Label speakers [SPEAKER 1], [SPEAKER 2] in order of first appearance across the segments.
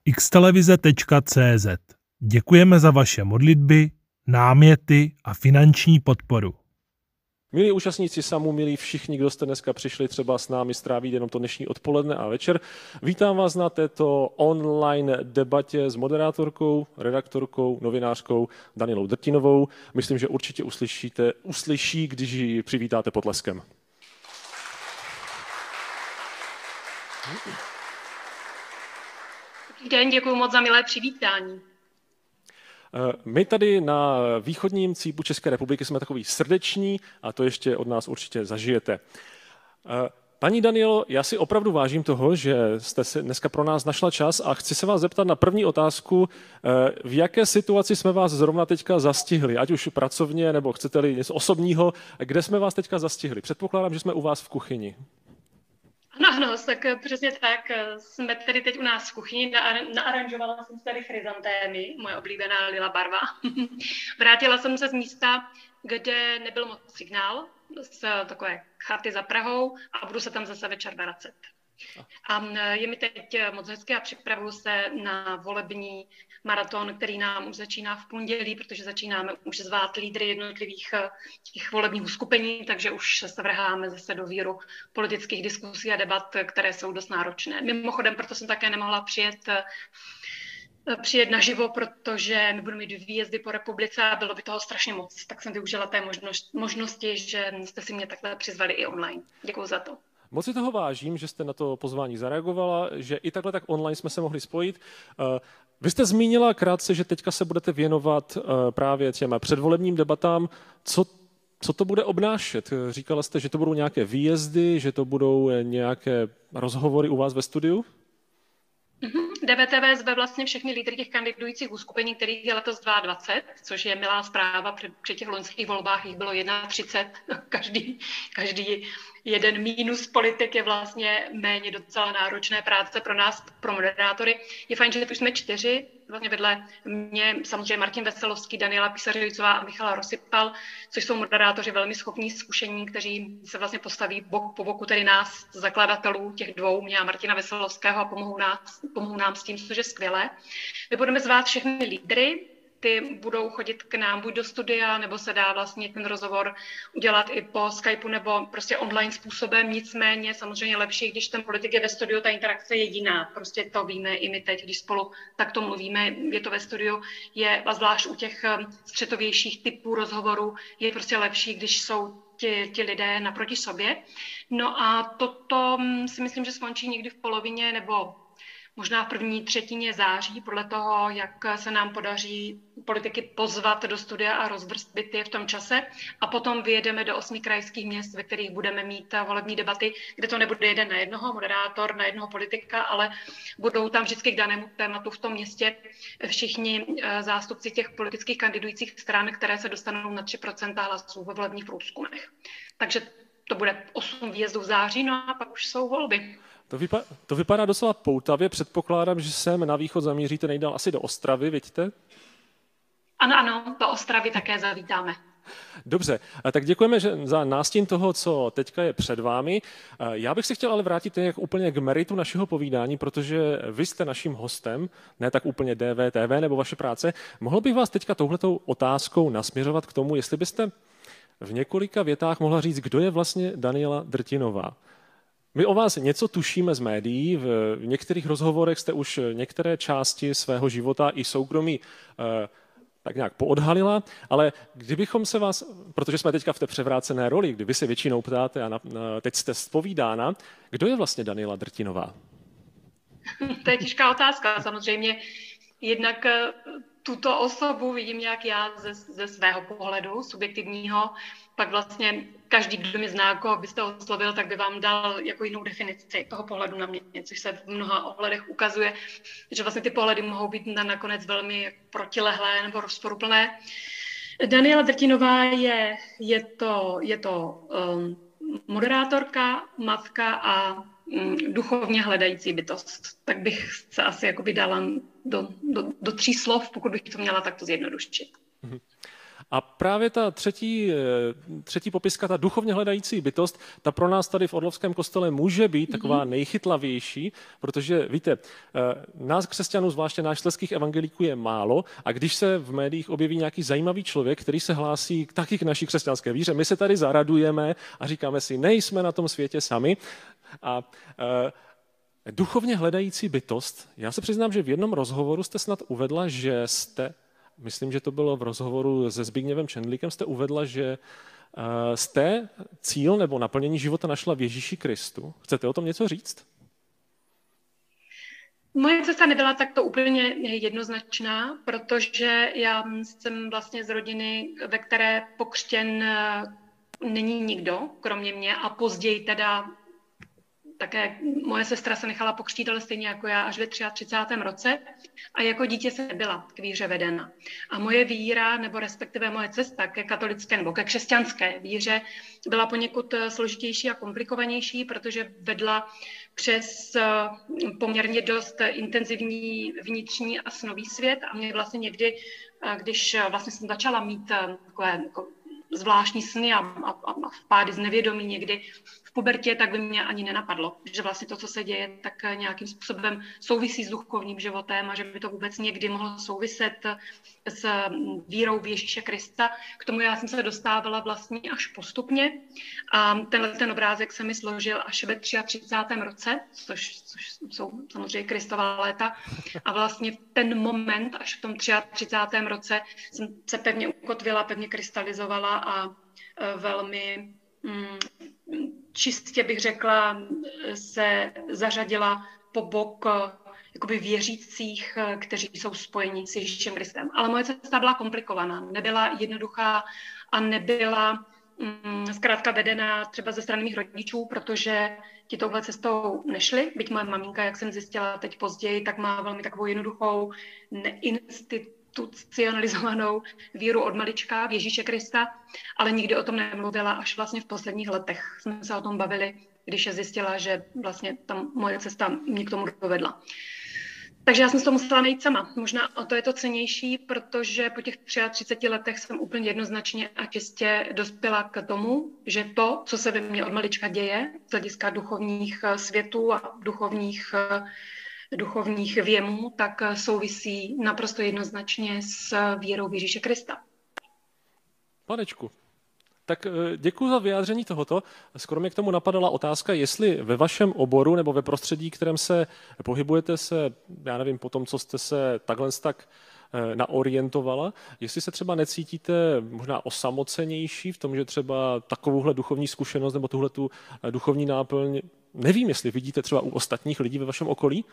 [SPEAKER 1] xtelevize.cz. Děkujeme za vaše modlitby, náměty a finanční podporu.
[SPEAKER 2] Milí účastníci SAMu, milí všichni, kdo jste dneska přišli třeba s námi strávit jenom to dnešní odpoledne a večer. Vítám vás na této online debatě s moderátorkou, redaktorkou, novinářkou Danielou Drtinovou. Myslím, že určitě uslyší, když ji přivítáte potleskem.
[SPEAKER 3] Dobrý den, děkuji moc za milé přivítání.
[SPEAKER 2] My tady na východním cípu České republiky jsme takový srdeční a to ještě od nás určitě zažijete. Paní Danielo, já si opravdu vážím toho, že jste si dneska pro nás našla čas a chci se vás zeptat na první otázku, v jaké situaci jsme vás zrovna teďka zastihli, ať už pracovně nebo chcete-li něco osobního, kde jsme vás teďka zastihli? Předpokládám, že jsme u vás v kuchyni.
[SPEAKER 3] Ano, tak přesně tak. Jsme tady teď u nás v kuchyni. Naaranžovala jsem tady chryzantémy, moje oblíbená lila barva. Vrátila jsem se z místa, kde nebyl moc signál, z takové chaty za Prahou a budu se tam zase večer vracet. A je mi teď moc hezké a připravuju se na volební maraton, který nám už začíná v pondělí, protože začínáme už zvát lídry jednotlivých těch volebních uskupení, takže už se vrháme zase do víru politických diskusí a debat, které jsou dost náročné. Mimochodem, proto jsem také nemohla přijet naživo, protože my budeme mít výjezdy po republice a bylo by toho strašně moc. Tak jsem využila té možnosti, že jste si mě takhle přizvali i online. Děkuji za to.
[SPEAKER 2] Moc si toho vážím, že jste na to pozvání zareagovala, že i takhle tak online jsme se mohli spojit. Vy jste zmínila krátce, že teďka se budete věnovat právě těm předvolebním debatám. Co to bude obnášet? Říkala jste, že to budou nějaké výjezdy, že to budou nějaké rozhovory u vás ve studiu?
[SPEAKER 3] DVTV zve vlastně všechny lídry těch kandidujících uskupení, kterých je letos 22, což je milá zpráva. Při těch loňských volbách jich bylo 31. Každý jeden mínus politik je vlastně méně docela náročné práce pro nás, pro moderátory. Je fajn, že už jsme 4, vlastně vedle mě samozřejmě Martin Veselovský, Daniela Písařovicová a Michala Rosypal, což jsou moderátoři velmi schopní, zkušení, kteří se vlastně postaví bok po boku tedy nás, zakladatelů těch dvou, mě a Martina Veselovského a pomohou nám s tím, což je skvělé. My budeme zvát všechny lídry, ty budou chodit k nám buď do studia, nebo se dá vlastně ten rozhovor udělat i po Skypeu nebo prostě online způsobem. Nicméně samozřejmě lepší, když ten politik je ve studiu, ta interakce je jiná. Prostě to víme i my teď, když spolu takto mluvíme, je to ve studiu, a zvlášť u těch střetovějších typů rozhovorů je prostě lepší, když jsou ti lidé naproti sobě. No a toto si myslím, že skončí někdy v polovině nebo možná v první třetině září, podle toho, jak se nám podaří politiky pozvat do studia a rozvrstvit je v tom čase. A potom vyjedeme do 8 krajských měst, ve kterých budeme mít volební debaty, kde to nebude jeden na jednoho, moderátor na jednoho politika, ale budou tam vždycky k danému tématu v tom městě všichni zástupci těch politických kandidujících stran, které se dostanou na 3% hlasů ve volebních průzkumech. Takže to bude 8 výjezdů v září, no a pak už jsou volby.
[SPEAKER 2] To vypadá docela poutavě. Předpokládám, že sem na východ zamíříte nejdál asi do Ostravy, vidíte?
[SPEAKER 3] Ano, do Ostravy také zavítáme.
[SPEAKER 2] Dobře, tak děkujeme za nástin toho, co teďka je před vámi. Já bych se chtěl ale vrátit úplně k meritu našeho povídání, protože vy jste naším hostem, ne tak úplně DVTV nebo vaše práce. Mohl bych vás teďka touhletou otázkou nasměřovat k tomu, jestli byste v několika větách mohla říct, kdo je vlastně Daniela Drtinová. My o vás něco tušíme z médií, v některých rozhovorech jste už některé části svého života i soukromí tak nějak poodhalila, ale kdybychom se vás, protože jsme teďka v té převrácené roli, kdy vy se většinou ptáte a teď jste zpovídána, kdo je vlastně Daniela Drtinová?
[SPEAKER 3] To je těžká otázka, samozřejmě. Jednak tuto osobu vidím nějak já ze svého pohledu subjektivního, pak vlastně každý, kdo mě zná, koho byste oslovil, tak by vám dal jako jinou definici toho pohledu na mě, což se v mnoha ohledech ukazuje, že vlastně ty pohledy mohou být nakonec velmi protilehlé nebo rozporuplné. Daniela Drtinová je to moderátorka, matka a duchovně hledající bytost. Tak bych se asi jakoby dala do 3 slov, pokud bych to měla takto zjednodušit.
[SPEAKER 2] A právě ta třetí popiska, ta duchovně hledající bytost, ta pro nás tady v Orlovském kostele může být taková nejchytlavější, protože víte, nás křesťanů, zvláště náš slezských evangelíků je málo a když se v médiích objeví nějaký zajímavý člověk, který se hlásí taky k naší křesťanské víře, my se tady zaradujeme a říkáme si, nejsme na tom světě sami. A duchovně hledající bytost, já se přiznám, že v jednom rozhovoru jste snad uvedla, že jste, myslím, že to bylo v rozhovoru se Zbigněvem Čendlíkem, jste uvedla, že jste cíl nebo naplnění života našla v Ježíši Kristu. Chcete o tom něco říct?
[SPEAKER 3] Moje cesta nebyla takto úplně jednoznačná, protože já jsem vlastně z rodiny, ve které pokřtěn není nikdo, kromě mě, a později teda také moje sestra se nechala pokřtít, ale stejně jako já, až ve 33. roce a jako dítě se byla k víře vedena. A moje víra, nebo respektive moje cesta ke katolické nebo ke křesťanské víře byla poněkud složitější a komplikovanější, protože vedla přes poměrně dost intenzivní vnitřní a snový svět a mě vlastně někdy, když vlastně jsem začala mít takové jako zvláštní sny a vpády z nevědomí někdy v pubertě, tak by mě ani nenapadlo, že vlastně to, co se děje, tak nějakým způsobem souvisí s duchovním životem a že by to vůbec někdy mohlo souviset s vírou v Ježíše Krista. K tomu já jsem se dostávala vlastně až postupně a ten obrázek se mi složil až ve 33. roce, což jsou samozřejmě Kristova léta. A vlastně v ten moment, až v tom 33. roce, jsem se pevně ukotvila, pevně krystalizovala a velmi čistě bych řekla, se zařadila po bok jakoby věřících, kteří jsou spojeni s Ježíšem Kristem. Ale moje cesta byla komplikovaná, nebyla jednoduchá a nebyla zkrátka vedená třeba ze strany mých rodičů, protože ti touhle cestou nešli. Byť moje maminka, jak jsem zjistila teď později, tak má velmi takovou jednoduchou institucionalizovanou víru od malička v Ježíše Krista, ale nikdy o tom nemluvila, až vlastně v posledních letech jsme se o tom bavili, když je zjistila, že vlastně tam moje cesta mě k tomu dovedla. Takže já jsem si to musela najít sama. Možná o to je to cennější, protože po těch 33 letech jsem úplně jednoznačně a čistě dospěla k tomu, že to, co se ve mně od malička děje, z hlediska duchovních světů a duchovních věmů, tak souvisí naprosto jednoznačně s vírou v Ježíše Krista.
[SPEAKER 2] Panečku, tak děkuji za vyjádření tohoto. Skoro mě k tomu napadala otázka, jestli ve vašem oboru nebo ve prostředí, kterém se pohybujete se, já nevím, po tom, co jste se takhle tak naorientovala, jestli se třeba necítíte možná osamocenější v tom, že třeba takovouhle duchovní zkušenost nebo tuhletu duchovní náplň, nevím, jestli vidíte třeba u ostatních lidí ve vašem okolí?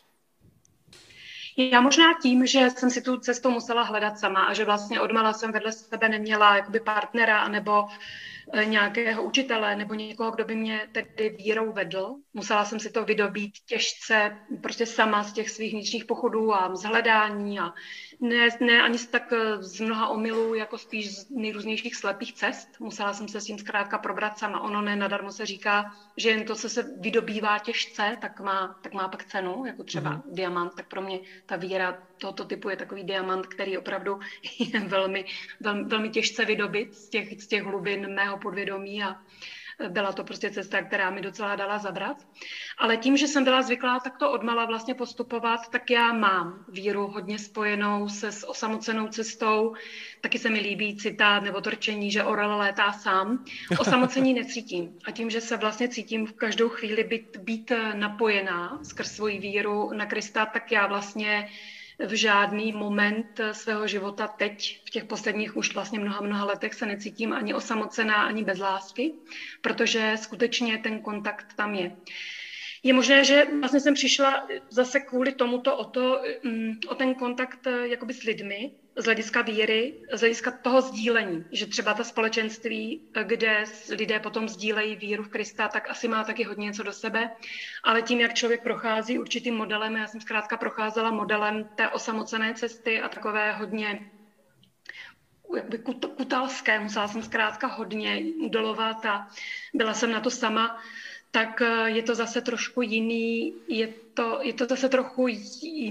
[SPEAKER 3] Já možná tím, že jsem si tu cestu musela hledat sama a že vlastně odmala jsem vedle sebe neměla jakoby partnera nebo nějakého učitele nebo někoho, kdo by mě tedy vírou vedl. Musela jsem si to vydobít těžce prostě sama z těch svých vnitřních pochodů a z hledání a ne ani tak z mnoha omylů, jako spíš z nejrůznějších slepých cest. Musela jsem se s tím zkrátka probrat sama. Ono nadarmo se říká, že jen to, co se vydobývá těžce, tak má pak cenu, jako třeba diamant. Tak pro mě ta víra tohoto typu je takový diamant, který opravdu je velmi těžce vydobit z těch hlubin mého podvědomí a byla to prostě cesta, která mi docela dala zabrat. Ale tím, že jsem byla zvyklá takto odmala vlastně postupovat, tak já mám víru hodně spojenou s osamocenou cestou. Taky se mi líbí citát nebo torčení, že orel létá sám. Osamocení necítím. A tím, že se vlastně cítím v každou chvíli být napojená skrz svoji víru na Krista, tak já vlastně v žádný moment svého života teď, v těch posledních už vlastně mnoha letech se necítím ani osamocená, ani bez lásky, protože skutečně ten kontakt tam je. Je možné, že vlastně jsem přišla zase kvůli tomuto o ten kontakt jakoby s lidmi, z hlediska víry, z hlediska toho sdílení, že třeba ta společenství, kde lidé potom sdílejí víru v Krista, tak asi má taky hodně něco do sebe, ale tím, jak člověk prochází určitým modelem, já jsem zkrátka procházela modelem té osamocené cesty a takové hodně jakoby kutalské, musela jsem zkrátka hodně udolovat a byla jsem na to sama, tak je to zase trošku jiný, je to zase trochu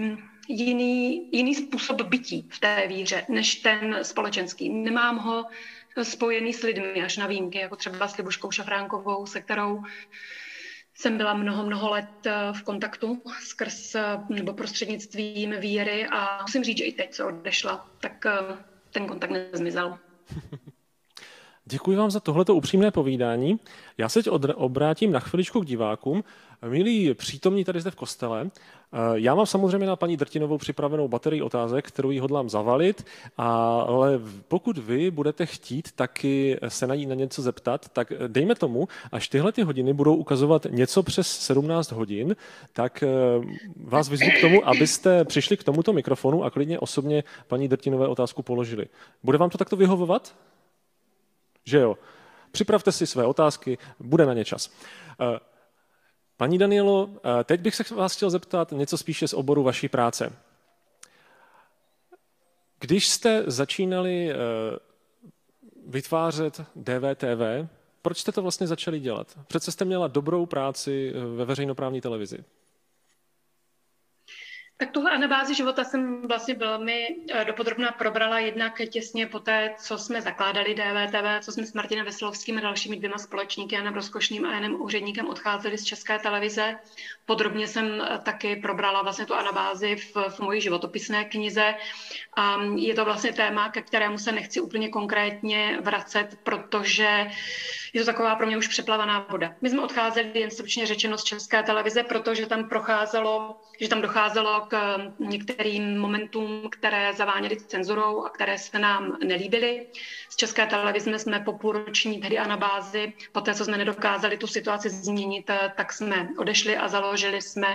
[SPEAKER 3] jiný způsob bytí v té víře, než ten společenský. Nemám ho spojený s lidmi, až na výjimky, jako třeba s Libuškou Šafránkovou, se kterou jsem byla mnoho let v kontaktu skrz nebo prostřednictvím víry a musím říct, že i teď, co odešla, tak ten kontakt nezmizel.
[SPEAKER 2] Děkuji vám za tohleto upřímné povídání. Já se teď obrátím na chviličku k divákům. Milí přítomní tady zde v kostele, já mám samozřejmě na paní Drtinovou připravenou baterii otázek, kterou jí hodlám zavalit, ale pokud vy budete chtít taky se na ní na něco zeptat, tak dejme tomu, až tyhle ty hodiny budou ukazovat něco přes 17 hodin, tak vás vyzvu k tomu, abyste přišli k tomuto mikrofonu a klidně osobně paní Drtinové otázku položili. Bude vám to takto vyhovovat? Že jo. Připravte si své otázky, bude na ně čas. Paní Danielo, teď bych se vás chtěl zeptat něco spíše z oboru vaší práce. Když jste začínali vytvářet DVTV, proč jste to vlastně začali dělat? Přece jste měla dobrou práci ve veřejnoprávní televizi.
[SPEAKER 3] Tak tuhle anabázi života jsem vlastně velmi dopodrobna probrala jednak těsně po té, co jsme zakládali DVTV, co jsme s Martinem Veselovským a dalšími 2 společníky, Janem Rozkošným a Janem Úředníkem, odcházeli z České televize. Podrobně jsem taky probrala vlastně tu anabázi v mojí životopisné knize. A je to vlastně téma, ke kterému se nechci úplně konkrétně vracet, protože je to taková pro mě už přeplavaná voda. My jsme odcházeli, jen stručně řečeno, z České televize, protože tam docházelo k některým momentům, které zaváněly cenzurou a které se nám nelíbily. Z České televize jsme po půlroční tehdy anabázi, poté co jsme nedokázali tu situaci změnit, tak jsme odešli a založili jsme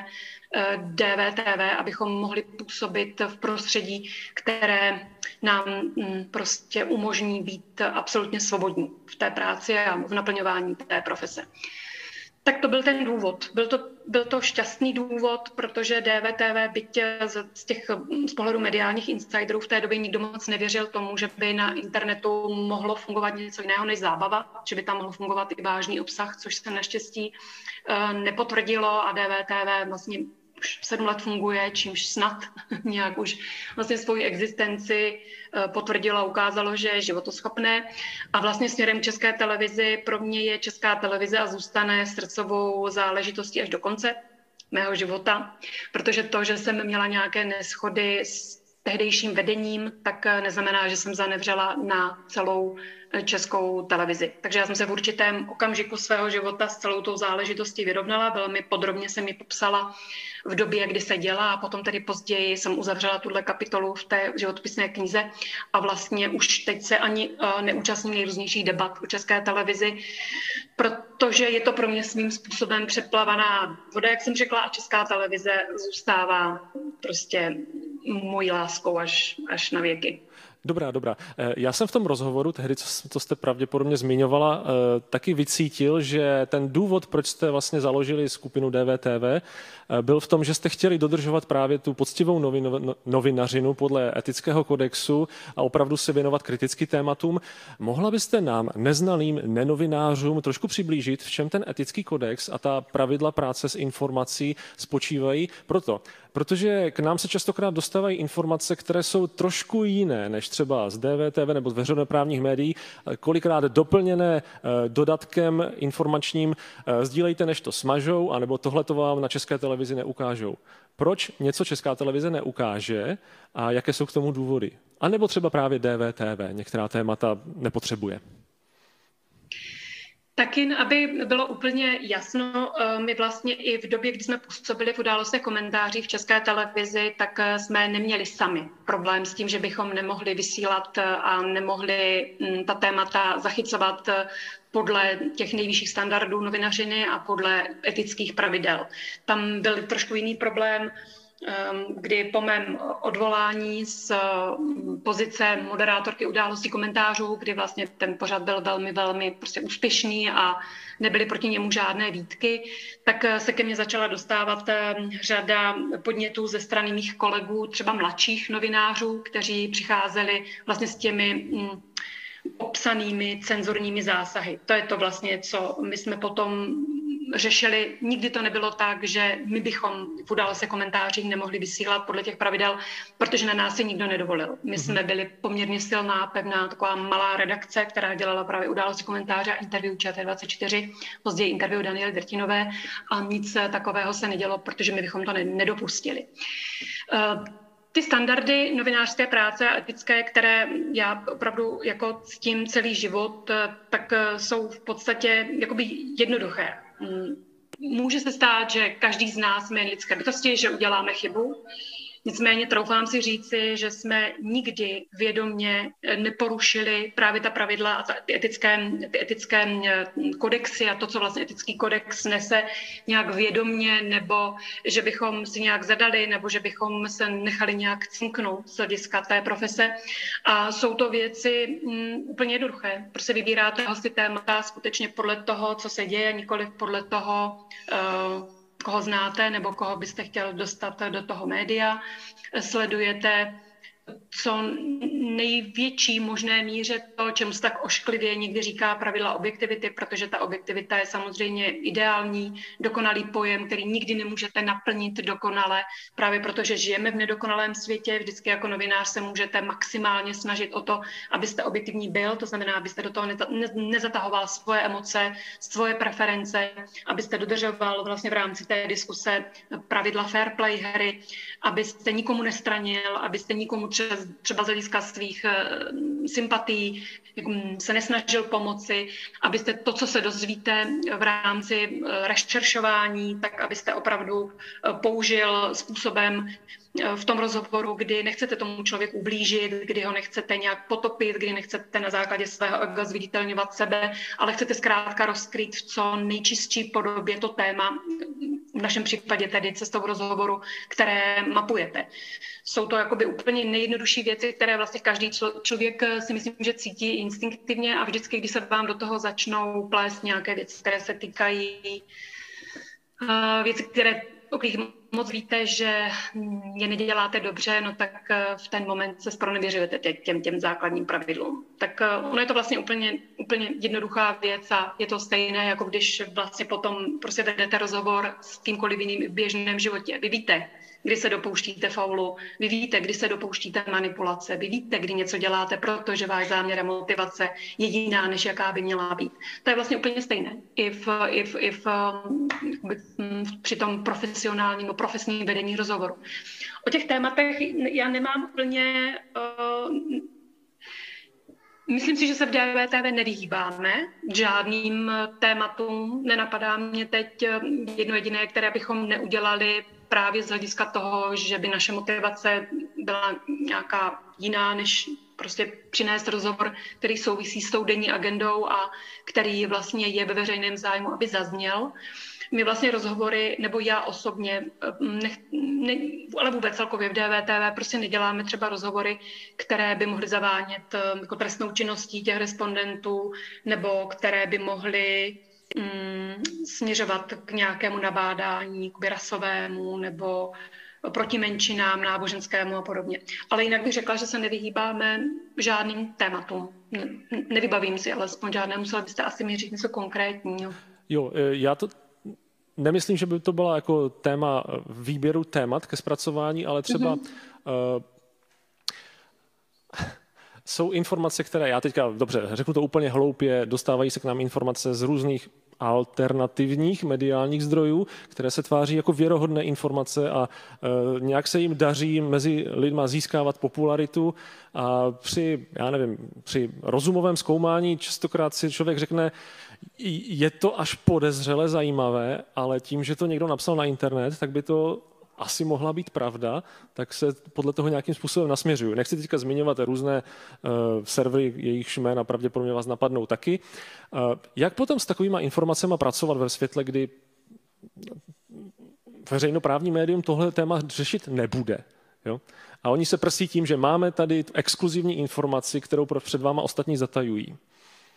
[SPEAKER 3] DVTV, abychom mohli působit v prostředí, které nám prostě umožní být absolutně svobodní v té práci a v naplňování té profese. Tak to byl ten důvod. Byl to šťastný důvod, protože DVTV, byť z pohledu mediálních insiderů v té době nikdo moc nevěřil tomu, že by na internetu mohlo fungovat něco jiného než zábava, že by tam mohl fungovat i vážný obsah, což se naštěstí nepotvrdilo a DVTV vlastně už 7 let funguje, čímž snad nějak už vlastně svoji existenci potvrdilo a ukázalo, že je životoschopné. A vlastně směrem k České televizi pro mě je Česká televize a zůstane srdcovou záležitostí až do konce mého života, protože to, že jsem měla nějaké neshody s tehdejším vedením, tak neznamená, že jsem zanevřela na celou Českou televizi. Takže já jsem se v určitém okamžiku svého života s celou tou záležitostí vyrovnala, velmi podrobně jsem ji popsala v době, kdy se dělá a potom tedy později jsem uzavřela tuhle kapitolu v té životopisné knize a vlastně už teď se ani neúčastním nejrůznějších debat o České televizi, protože je to pro mě svým způsobem přeplavaná voda, jak jsem řekla, a Česká televize zůstává prostě mojí láskou až na věky.
[SPEAKER 2] Dobrá. Já jsem v tom rozhovoru, tehdy, co jste pravděpodobně zmiňovala, taky vycítil, že ten důvod, proč jste vlastně založili skupinu DVTV, byl v tom, že jste chtěli dodržovat právě tu poctivou novinařinu podle etického kodexu a opravdu se věnovat kriticky tématům. Mohla byste nám, neznalým nenovinářům, trošku přiblížit, v čem ten etický kodex a ta pravidla práce s informací spočívají? Protože k nám se častokrát dostávají informace, které jsou trošku jiné než třeba z DVTV nebo z veřejnoprávních médií, kolikrát doplněné dodatkem informačním, sdílejte, než to smažou, anebo tohle to vám na České televizi neukážou. Proč něco Česká televize neukáže a jaké jsou k tomu důvody? A nebo třeba právě DVTV některá témata nepotřebuje?
[SPEAKER 3] Tak jen, aby bylo úplně jasno, my vlastně i v době, kdy jsme působili v Událostech komentáří v České televizi, tak jsme neměli sami problém s tím, že bychom nemohli vysílat a nemohli ta témata zachycovat podle těch nejvyšších standardů novinařiny a podle etických pravidel. Tam byl trošku jiný problém, kdy po mém odvolání z pozice moderátorky Událostí komentářů, kdy vlastně ten pořad byl velmi prostě úspěšný a nebyly proti němu žádné výtky, tak se ke mně začala dostávat řada podnětů ze strany mých kolegů, třeba mladších novinářů, kteří přicházeli vlastně s těmi popsanými cenzurními zásahy. To je to vlastně, co my jsme potom řešili, nikdy to nebylo tak, že my bychom v Události komentářích nemohli vysílat podle těch pravidel, protože na nás se nikdo nedovolil. My jsme byli poměrně silná, pevná, taková malá redakce, která dělala právě Události komentáře a interview ČT24, později interview Daniely Drtinové a nic takového se nedělo, protože my bychom to nedopustili. Ty standardy novinářské práce a etické, které já opravdu jako ctím celý život, tak jsou v podstatě jakoby jednoduché. Může se stát, že každý z nás jsme lidské bytosti, že uděláme chybu. Nicméně troufám si říci, že jsme nikdy vědomě neporušili právě ta pravidla a ty etické kodexy a to, co vlastně etický kodex nese nějak vědomě, nebo že bychom si nějak zadali, nebo že bychom se nechali nějak cinknout z hlediska té profese. A jsou to věci úplně jednoduché. Prostě vybíráte si témata skutečně podle toho, co se děje, nikoliv podle toho, koho znáte nebo koho byste chtěl dostat do toho média. Sledujete co největší možné míře to, čemu se tak ošklivě někdy říká pravidla objektivity, protože ta objektivita je samozřejmě ideální, dokonalý pojem, který nikdy nemůžete naplnit dokonale, právě protože žijeme v nedokonalém světě, vždycky jako novinář se můžete maximálně snažit o to, abyste objektivní byl, to znamená, abyste do toho nezatahoval svoje emoce, svoje preference, abyste dodržoval vlastně v rámci té diskuse pravidla fair play hry, abyste nikomu nestranil, abyste nikomu třeba z hlediska svých sympatií se nesnažil pomoci, abyste to, co se dozvíte v rámci rešeršování, tak abyste opravdu použil způsobem v tom rozhovoru, kdy nechcete tomu člověku ublížit, kdy ho nechcete nějak potopit, kdy nechcete na základě svého ega zviditelňovat sebe, ale chcete zkrátka rozkrýt v co nejčistší podobě to téma, v našem případě tedy cestou rozhovoru, které mapujete. Jsou to jakoby úplně nejjednodušší věci, které vlastně každý člověk si myslím, že cítí instinktivně a vždycky, když se vám do toho začnou plést nějaké věci, které se týkají věci, o kterých moc víte, že je neděláte dobře, no tak v ten moment se zpronevěřujete těm základním pravidlům. Tak ono je to vlastně úplně jednoduchá věc a je to stejné, jako když vlastně potom prostě vedete rozhovor s kýmkoliv jiným v běžném životě. Vy víte, kdy se dopouštíte faulu, vy víte, kdy se dopouštíte manipulace, vy víte, kdy něco děláte, protože váš záměr a motivace je jiná, než jaká by měla být. To je vlastně úplně stejné. Při tom profesním vedení rozhovoru. O těch tématech já nemám úplně... Myslím si, že se v DVTV nevyhýbáme žádným tématům. Nenapadá mě teď jedno jediné, které bychom neudělali právě z hlediska toho, že by naše motivace byla nějaká jiná, než prostě přinést rozhovor, který souvisí s tou denní agendou a který vlastně je ve veřejném zájmu, aby zazněl. My vlastně rozhovory, nebo já osobně, ale vůbec celkově v DVTV prostě neděláme třeba rozhovory, které by mohly zavánět jako trestnou činností těch respondentů, nebo které by mohly směřovat k nějakému nabádání, k rasovému, nebo proti menšinám, náboženskému a podobně. Ale jinak bych řekla, že se nevyhýbáme žádným tématům. Nevybavím si alespoň žádné, musela byste asi mi říct něco konkrétního.
[SPEAKER 2] Jo, já to nemyslím, že by to byla jako téma výběru témat ke zpracování, ale třeba jsou informace, které já teďka, dobře, řeknu to úplně hloupě, dostávají se k nám informace z různých alternativních mediálních zdrojů, které se tváří jako věrohodné informace a nějak se jim daří mezi lidma získávat popularitu a při rozumovém zkoumání častokrát si člověk řekne, je to až podezřele zajímavé, ale tím, že to někdo napsal na internet, tak by to asi mohla být pravda, tak se podle toho nějakým způsobem nasměřuju. Nechci teďka zmiňovat různé servery, jejichž jména pravděpodobně vás napadnou taky. Jak potom s takovýma informacemi pracovat ve světle, kdy veřejnoprávní médium tohle téma řešit nebude? Jo? A oni se prsí tím, že máme tady exkluzivní informaci, kterou před váma ostatní zatajují.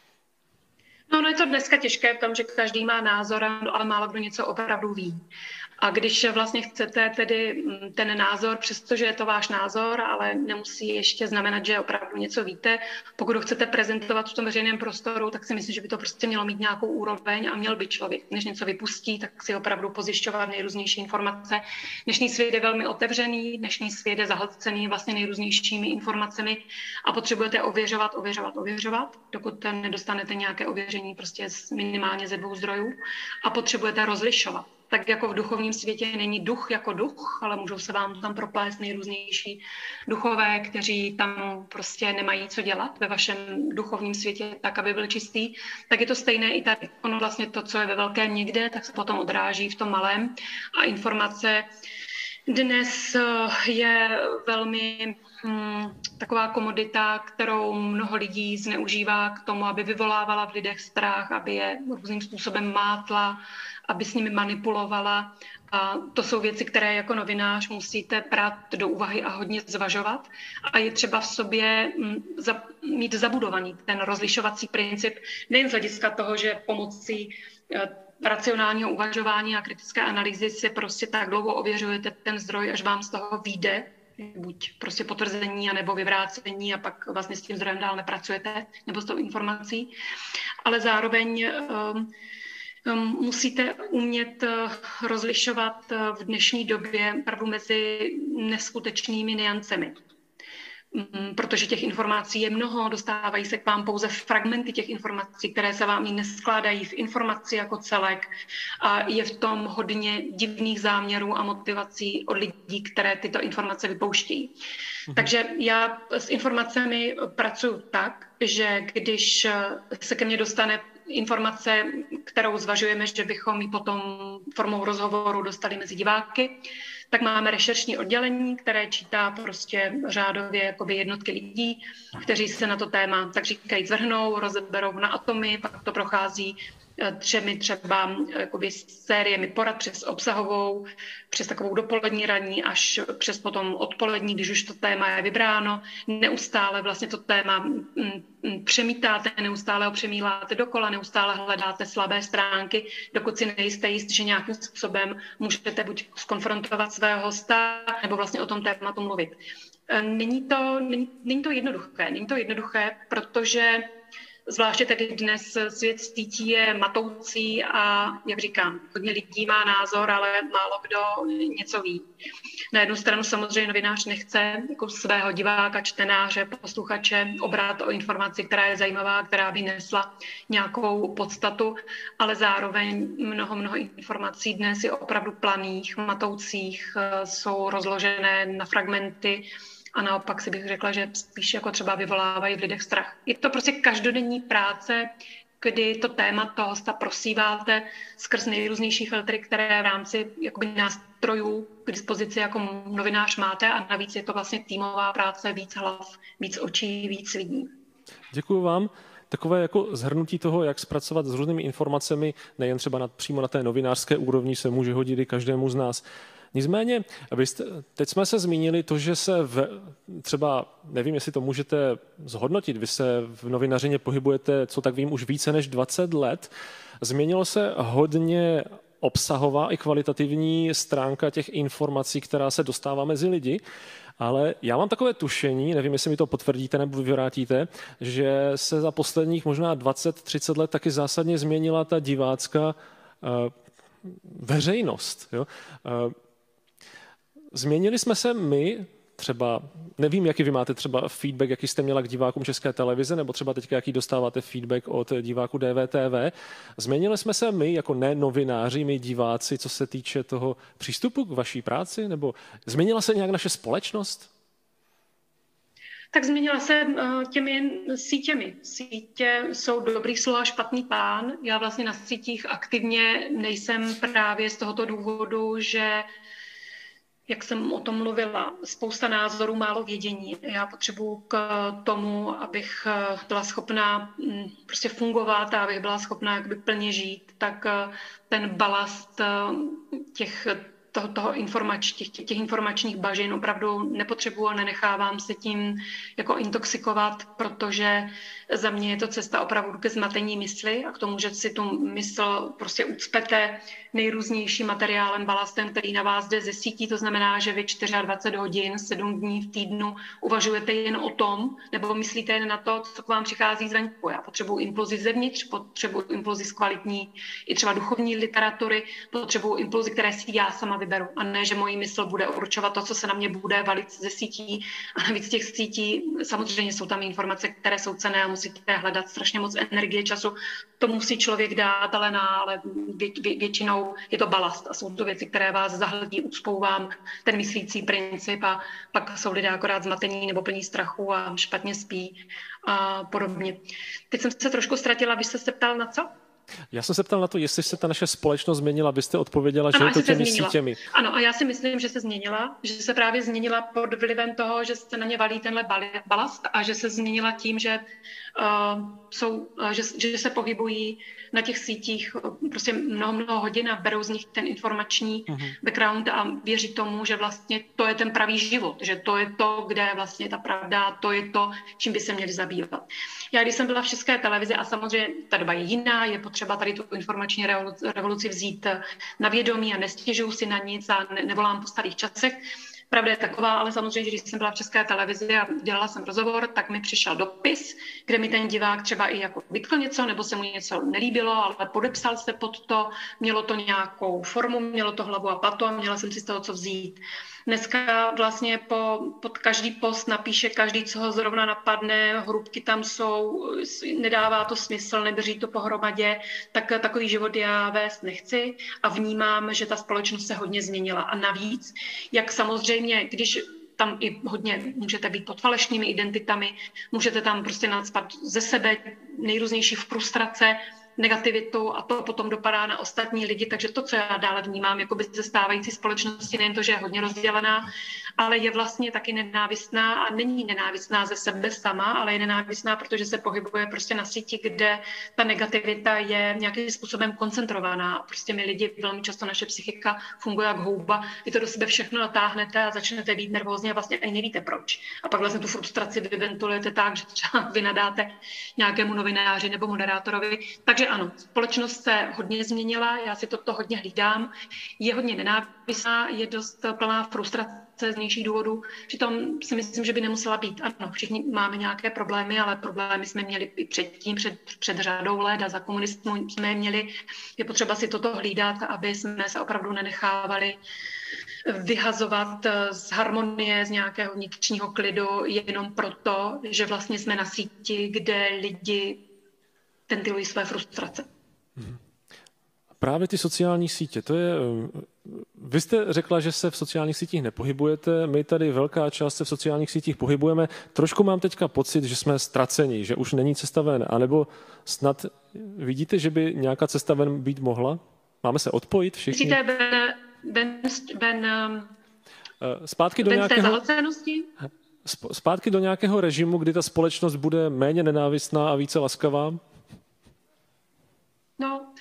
[SPEAKER 3] No, je to dneska těžké v tom, že každý má názor, ale málo kdo něco opravdu ví. A když vlastně chcete tedy ten názor, přestože je to váš názor, ale nemusí ještě znamenat, že opravdu něco víte, pokud ho chcete prezentovat v tom veřejném prostoru, tak si myslím, že by to prostě mělo mít nějakou úroveň a měl by člověk, než něco vypustí, tak si opravdu pozjišťovat nejrůznější informace. Dnešní svět je velmi otevřený, dnešní svět je zahlcený vlastně nejrůznějšími informacemi a potřebujete ověřovat, dokud nedostanete nějaké ověření prostě minimálně ze 2 zdrojů a potřebujete rozlišovat. Tak jako v duchovním světě není duch jako duch, ale můžou se vám tam proplést nejrůznější duchové, kteří tam prostě nemají co dělat ve vašem duchovním světě, tak, aby byl čistý. Tak je to stejné i tady. Ono vlastně to, co je ve velkém někde, tak se potom odráží v tom malém. A informace dnes je velmi taková komodita, kterou mnoho lidí zneužívá k tomu, aby vyvolávala v lidech strach, aby je různým způsobem mátla, aby s nimi manipulovala. A to jsou věci, které jako novinář musíte brát do úvahy a hodně zvažovat. A je třeba v sobě mít zabudovaný ten rozlišovací princip, nejen z hlediska toho, že pomocí racionálního uvažování a kritické analýzy si prostě tak dlouho ověřujete ten zdroj, až vám z toho vyjde buď prostě potvrzení, anebo vyvrácení a pak vlastně s tím zdrojem dál nepracujete, nebo s tou informací. Ale zároveň musíte umět rozlišovat v dnešní době opravdu mezi neskutečnými niancemi. Protože těch informací je mnoho, dostávají se k vám pouze fragmenty těch informací, které se vám neskládají v informaci jako celek a je v tom hodně divných záměrů a motivací od lidí, které tyto informace vypouštějí. Takže já s informacemi pracuji tak, že když se ke mně dostane informace, kterou zvažujeme, že bychom ji potom formou rozhovoru dostali mezi diváky, tak máme rešeršní oddělení, které čítá prostě řádově jakoby jednotky lidí, kteří se na to téma, tak říkají, zvrhnou, rozeberou na atomy, pak to prochází 3 třeba jakoby sériemi porad přes obsahovou, přes takovou dopolední ranní až přes potom odpolední, když už to téma je vybráno. Neustále vlastně to téma přemítáte, neustále ho přemíláte dokola, neustále hledáte slabé stránky, dokud si nejste jist, že nějakým způsobem můžete buď skonfrontovat svého hosta, nebo vlastně o tom tématu mluvit. Není to jednoduché, protože zvláště tedy dnes svět sítí je matoucí a, jak říkám, hodně lidí má názor, ale málo kdo něco ví. Na jednu stranu samozřejmě novinář nechce jako svého diváka, čtenáře, posluchače obrat o informaci, která je zajímavá, která by nesla nějakou podstatu, ale zároveň mnoho informací dnes je opravdu planých, matoucích, jsou rozložené na fragmenty, a naopak si bych řekla, že spíš jako třeba vyvolávají v lidech strach. Je to prostě každodenní práce, kdy to téma toho hosta prosíváte skrz nejrůznější filtry, které v rámci jakoby nástrojů k dispozici jako novinář máte a navíc je to vlastně týmová práce, víc hlav, víc očí, víc lidí.
[SPEAKER 2] Děkuju vám. Takové jako shrnutí toho, jak zpracovat s různými informacemi, nejen třeba přímo na té novinářské úrovni, se může hodit i každému z nás. Nicméně, teď jsme se zmínili to, že se třeba, nevím, jestli to můžete zhodnotit, vy se v novinařině pohybujete, co tak vím, už více než 20 let. Změnilo se hodně obsahová i kvalitativní stránka těch informací, která se dostává mezi lidi, ale já mám takové tušení, nevím, jestli mi to potvrdíte nebo vyvrátíte, že se za posledních možná 20-30 let taky zásadně změnila ta divácká veřejnost. Jo? Změnili jsme se my, třeba, nevím, jaký vy máte třeba feedback, jaký jste měla k divákům České televize, nebo třeba teď, jaký dostáváte feedback od diváků DVTV. Změnili jsme se my, jako ne novináři, my diváci, co se týče toho přístupu k vaší práci, nebo změnila se nějak naše společnost?
[SPEAKER 3] Tak změnila se těmi sítěmi. Sítě jsou dobrý slovo a špatný pán. Já vlastně na sítích aktivně nejsem právě z tohoto důvodu, že jak jsem o tom mluvila, spousta názorů, málo vědění. Já potřebuji k tomu, abych byla schopná prostě fungovat a abych byla schopná jakoby plně žít, tak ten balast těch těch informačních bažin opravdu nepotřebuji a nenechávám se tím jako intoxikovat, protože za mě je to cesta opravdu ke zmatení mysli a k tomu, že si tu mysl prostě ucpete nejrůznějším materiálem, balastem, který na vás jde ze sítí. To znamená, že vy 24 hodin, 7 dní v týdnu uvažujete jen o tom, nebo myslíte jen na to, co k vám přichází zvenku. Já potřebuji impulzy zevnitř, potřebuji impulzy z kvalitní i třeba duchovní literatury, potřebuji impulzy, které si já sama vyberu. A ne, že mojí mysl bude určovat to, co se na mě bude valit ze sítí. A navíc těch sítí, samozřejmě jsou tam informace, které jsou cenné a musíte hledat strašně moc energie, času. To musí člověk dát, ale většinou je to balast a jsou to věci, které vás zahltí, ucpou vám ten myslící princip a pak jsou lidé akorát zmatení nebo plní strachu a špatně spí a podobně. Teď jsem se trošku ztratila, vy jste se ptal na co?
[SPEAKER 2] Já jsem se ptal na to, jestli se ta naše společnost změnila, abyste odpověděla, že je to těmi sítěmi.
[SPEAKER 3] Ano, a já si myslím, že se změnila, že se právě změnila pod vlivem toho, že se na ně valí tenhle balast a že se změnila tím, že že se pohybují na těch sítích prostě mnoho hodin a berou z nich ten informační background a věří tomu, že vlastně to je ten pravý život, že to je to, kde je vlastně ta pravda, to je to, čím by se měli zabývat. Já když jsem byla v České televizi a samozřejmě ta doba je jiná, je potřeba tady tu informační revoluci vzít na vědomí a nestěžuju si na nic a nevolám po starých časech. Pravda je taková, ale samozřejmě, že když jsem byla v České televizi a dělala jsem rozhovor, tak mi přišel dopis, kde mi ten divák třeba i jako vytkl něco, nebo se mu něco nelíbilo, ale podepsal se pod to, mělo to nějakou formu, mělo to hlavu a patu a měla jsem si z toho co vzít. Dneska vlastně pod každý post napíše každý, co ho zrovna napadne, hrubky tam jsou, nedává to smysl, nedrží to pohromadě, tak takový život já vést nechci a vnímám, že ta společnost se hodně změnila. A navíc, jak samozřejmě, když tam i hodně můžete být pod falešnými identitami, můžete tam prostě nacpat ze sebe nejrůznější frustrace, negativitu a to potom dopadá na ostatní lidi, takže to, co já dále vnímám jako by ze stávající společnosti, nejen to, že je hodně rozdělená, ale je vlastně taky nenávistná a není nenávistná ze sebe sama, ale je nenávistná, protože se pohybuje prostě na síti, kde ta negativita je nějakým způsobem koncentrovaná. Prostě my lidi, velmi často naše psychika funguje jak houba, vy to do sebe všechno natáhnete a začnete být nervózní a vlastně ani nevíte proč. A pak vlastně tu frustraci vyventilujete tak, že třeba vy nadáte nějakému novináři nebo moderátorovi. Takže ano, společnost se hodně změnila, já si toto hodně hlídám, je hodně nenávistná, je dost plná frustrace z vnějších důvodů. Přitom si myslím, že by nemusela být. Ano, všichni máme nějaké problémy, ale problémy jsme měli i předtím, před řadou let a za komunismu jsme je měli. Je potřeba si toto hlídat, aby jsme se opravdu nenechávali vyhazovat z harmonie, z nějakého vnitřního klidu jenom proto, že vlastně jsme na síti, kde lidi ventilují své frustrace.
[SPEAKER 2] Právě ty sociální sítě, to je... Vy jste řekla, že se v sociálních sítích nepohybujete, my tady velká část se v sociálních sítích pohybujeme. Trošku mám teďka pocit, že jsme ztraceni, že už není cesta ven, anebo snad vidíte, že by nějaká cesta ven být mohla? Máme se odpojit všichni?
[SPEAKER 3] Myslíte
[SPEAKER 2] zpátky do nějakého režimu, kdy ta společnost bude méně nenávistná a více laskavá?
[SPEAKER 3] No,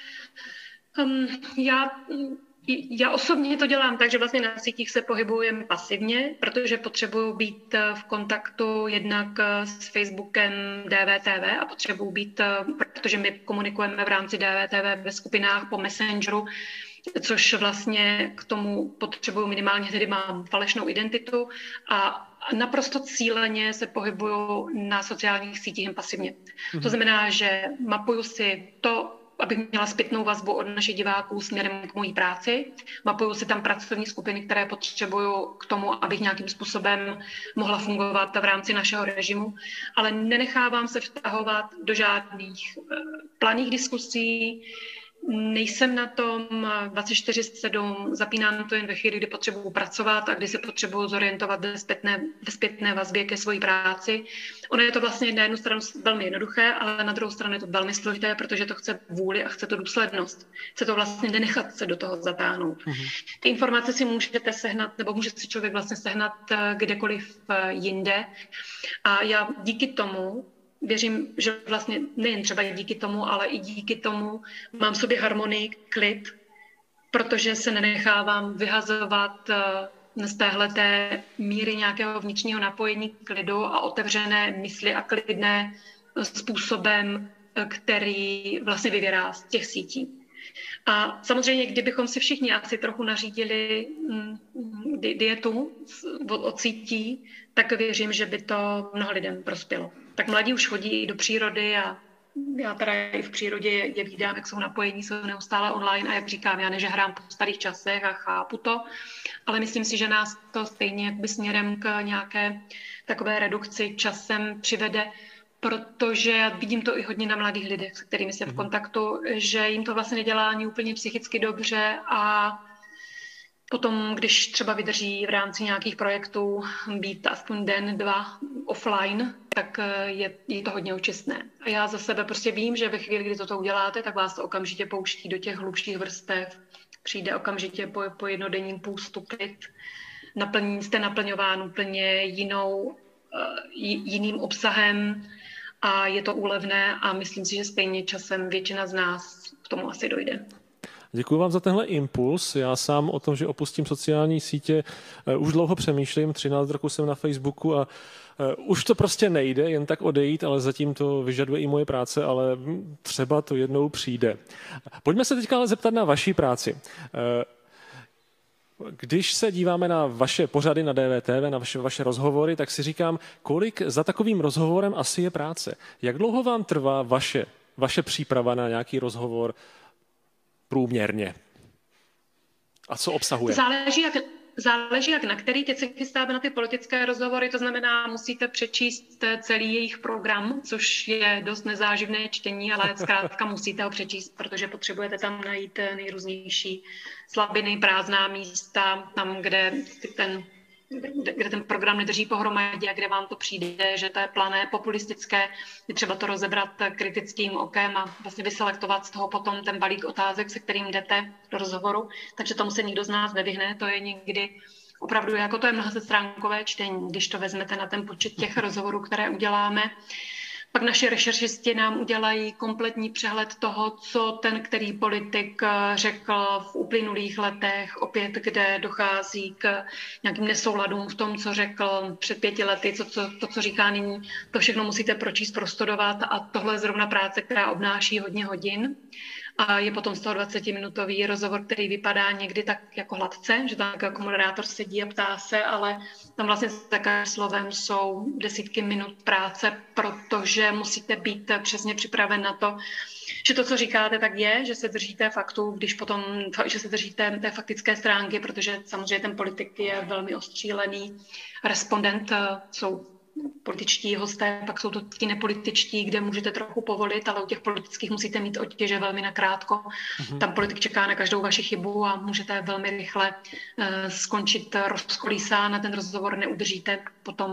[SPEAKER 3] já osobně to dělám tak, že vlastně na sítích se pohybujeme pasivně, protože potřebuju být v kontaktu jednak s Facebookem DVTV a potřebuju být, protože my komunikujeme v rámci DVTV ve skupinách po Messengeru, což vlastně k tomu potřebuju minimálně, tedy mám falešnou identitu a naprosto cíleně se pohybuju na sociálních sítích jen pasivně. To znamená, že mapuju si to, abych měla zpětnou vazbu od našich diváků směrem k mojí práci. Mapuju si tam pracovní skupiny, které potřebuju k tomu, abych nějakým způsobem mohla fungovat v rámci našeho režimu, ale nenechávám se vtahovat do žádných planých diskusí, nejsem na tom 24/7, zapínám to jen ve chvíli, kdy potřebuji pracovat a kdy se potřebuji zorientovat ve zpětné vazbě ke své práci. Ono je to vlastně na jednu stranu velmi jednoduché, ale na druhou stranu je to velmi složité, protože to chce vůli a chce to důslednost. Chce to vlastně nenechat se do toho zatáhnout. Ty informace si můžete sehnat, nebo může si člověk vlastně sehnat kdekoliv jinde. A já díky tomu věřím, že vlastně nejen třeba díky tomu, ale i díky tomu mám v sobě harmonii, klid protože se nenechávám vyhazovat z téhleté míry nějakého vnitřního napojení k lidu a otevřené mysli a klidné způsobem, který vlastně vyvěrá z těch sítí. A samozřejmě, kdybychom si všichni asi trochu nařídili dietu od sítí, tak věřím, že by to mnoha lidem prospělo. Tak mladí už chodí do přírody a já teda i v přírodě je vídám, jak jsou napojení, jsou neustále online a jak říkám, já nežehrám po starých časech a chápu to, ale myslím si, že nás to stejně jakby směrem k nějaké takové redukci časem přivede, protože já vidím to i hodně na mladých lidech, s kterými jsem v kontaktu, že jim to vlastně nedělá ani úplně psychicky dobře a potom, když třeba vydrží v rámci nějakých projektů být aspoň den, dva offline, tak je to hodně očistné. A já za sebe prostě vím, že ve chvíli, kdy toto uděláte, tak vás to okamžitě pouští do těch hlubších vrstev, přijde okamžitě po jednodenním půstu klid, jste naplňován úplně jiným obsahem a je to úlevné a myslím si, že stejně časem většina z nás k tomu asi dojde.
[SPEAKER 2] Děkuji vám za tenhle impuls. Já sám o tom, že opustím sociální sítě, už dlouho přemýšlím. 13 roku jsem na Facebooku a už to prostě nejde jen tak odejít, ale zatím to vyžaduje i moje práce, ale třeba to jednou přijde. Pojďme se teďka ale zeptat na vaší práci. Když se díváme na vaše pořady na DVTV, na vaše rozhovory, tak si říkám, kolik za takovým rozhovorem asi je práce. Jak dlouho vám trvá vaše příprava na nějaký rozhovor průměrně? A co obsahuje?
[SPEAKER 3] Záleží, jak na který. Teď se chystáme na ty politické rozhovory, to znamená, musíte přečíst celý jejich program, což je dost nezáživné čtení, ale zkrátka musíte ho přečíst, protože potřebujete tam najít nejrůznější slabiny, prázdná místa, tam, kde ten program nedrží pohromadě a kde vám to přijde, že to je plané, populistické, je třeba to rozebrat kritickým okem a vlastně vyselektovat z toho potom ten balík otázek, se kterým jdete do rozhovoru, takže tomu se nikdo z nás nevyhne, to je někdy opravdu, jako to je mnohastránkové čtení, když to vezmete na ten počet těch rozhovorů, které uděláme. Pak naši rešeršisti nám udělají kompletní přehled toho, co ten který politik řekl v uplynulých letech, opět kde dochází k nějakým nesouladům v tom, co řekl před 5 lety, to, co říká nyní. To všechno musíte pročíst, prostudovat a tohle je zrovna práce, která obnáší hodně hodin. A je potom z toho 20-minutový rozhovor, který vypadá někdy tak jako hladce, že tam jako moderátor sedí a ptá se, ale tam vlastně za každým slovem jsou desítky minut práce, protože musíte být přesně připraven na to, že to, co říkáte, tak je, že se držíte faktů, když potom, že se držíte té faktické stránky, protože samozřejmě ten politik je velmi ostřílený respondent, jsou političtí hosté, pak jsou to ti nepolitičtí, kde můžete trochu povolit, ale u těch politických musíte mít otěže velmi nakrátko. Tam politik čeká na každou vaši chybu a můžete velmi rychle skončit rozkolísán a ten rozhovor neudržíte potom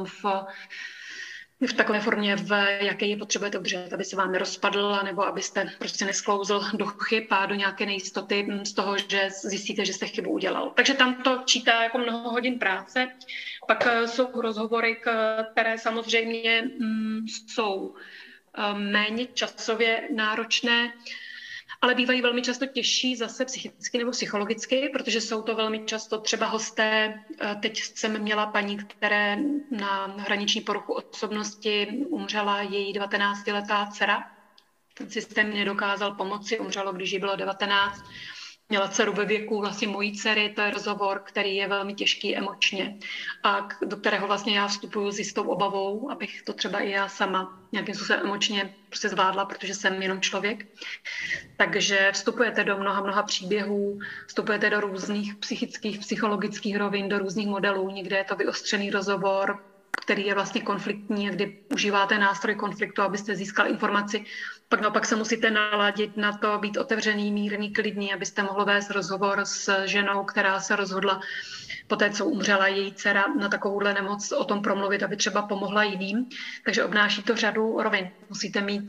[SPEAKER 3] v takové formě, v jaké je potřebujete udržet, aby se vám nerozpadl, nebo abyste prostě nesklouzl do chyb a do nějaké nejistoty z toho, že zjistíte, že jste chybu udělal. Takže tam to čítá jako mnoho hodin práce. Pak jsou rozhovory, které samozřejmě jsou méně časově náročné, ale bývají velmi často těžší zase psychicky nebo psychologicky, protože jsou to velmi často třeba hosté. Teď jsem měla paní, které na hraniční poruchu osobnosti umřela její 19letá dcera. Ten systém nedokázal pomoci, umřelo, když jí bylo 19. Měla dceru ve věku vlastně mojí dcery, to je rozhovor, který je velmi těžký emočně a do kterého vlastně já vstupuju s jistou obavou, abych to třeba i já sama nějakým způsobem emočně prostě zvládla, protože jsem jenom člověk. Takže vstupujete do mnoha příběhů, vstupujete do různých psychických, psychologických rovin, do různých modelů, někde je to vyostřený rozhovor, který je vlastně konfliktní, kdy užíváte nástroj konfliktu, abyste získal informaci. Pak naopak se musíte naladit na to, být otevřený, mírný, klidný, abyste mohli vést rozhovor s ženou, která se rozhodla poté, co umřela její dcera, na takovouhle nemoc o tom promluvit, aby třeba pomohla jiným. Takže obnáší to řadu rovin. Musíte mít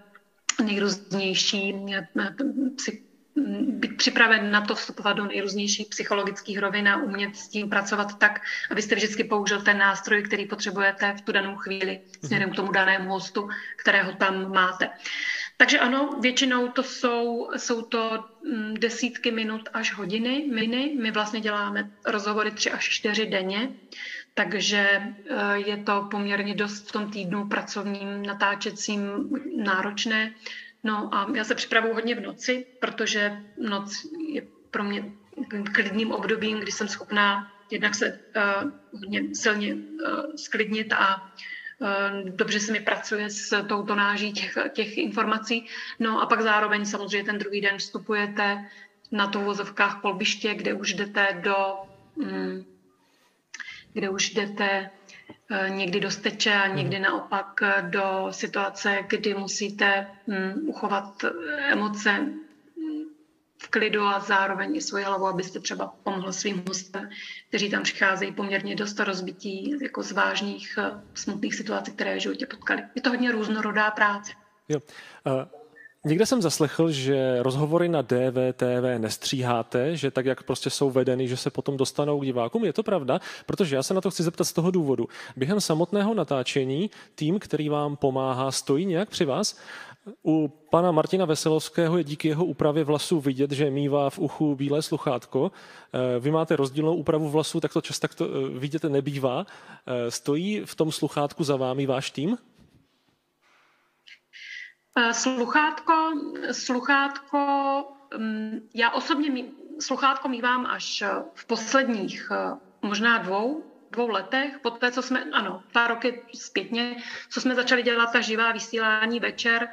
[SPEAKER 3] nejrůznější být připraven na to vstupovat do nejrůznějších psychologických rovin a umět s tím pracovat tak, abyste vždycky použil ten nástroj, který potřebujete v tu danou chvíli směrem k tomu danému hostu, kterého tam máte. Takže ano, většinou to jsou to desítky minut až hodiny. My vlastně děláme rozhovory 3 až 4 denně, takže je to poměrně dost v tom týdnu pracovním, natáčecím náročné. No a já se připravuju hodně v noci, protože noc je pro mě klidným obdobím, kdy jsem schopná jednak se hodně silně sklidnit a dobře se mi pracuje s tou tonáží těch informací. No a pak zároveň samozřejmě ten druhý den vstupujete na to v uvozovkách kolbiště, kde už jdete někdy do steče a někdy naopak do situace, kdy musíte uchovat emoce v klidu a zároveň i svoji hlavu, abyste třeba pomohli svým hostem, kteří tam přicházejí poměrně dost rozbití jako z vážných smutných situací, které v životě potkali. Je to hodně různorodá práce.
[SPEAKER 2] Jo. Někde jsem zaslechl, že rozhovory na DVTV nestříháte, že tak, jak prostě jsou vedeny, že se potom dostanou k divákům. Je to pravda? Protože já se na to chci zeptat z toho důvodu. Během samotného natáčení tým, který vám pomáhá, stojí nějak při vás? U pana Martina Veselovského je díky jeho úpravě vlasů vidět, že mívá v uchu bílé sluchátko. Vy máte rozdílnou úpravu vlasů, tak to často vidět nebývá. Stojí v tom sluchátku za vámi váš tým?
[SPEAKER 3] Sluchátko, já osobně sluchátko mívám až v posledních možná dvou letech, poté, co jsme, 2 roky zpětně, co jsme začali dělat ta živá vysílání večer,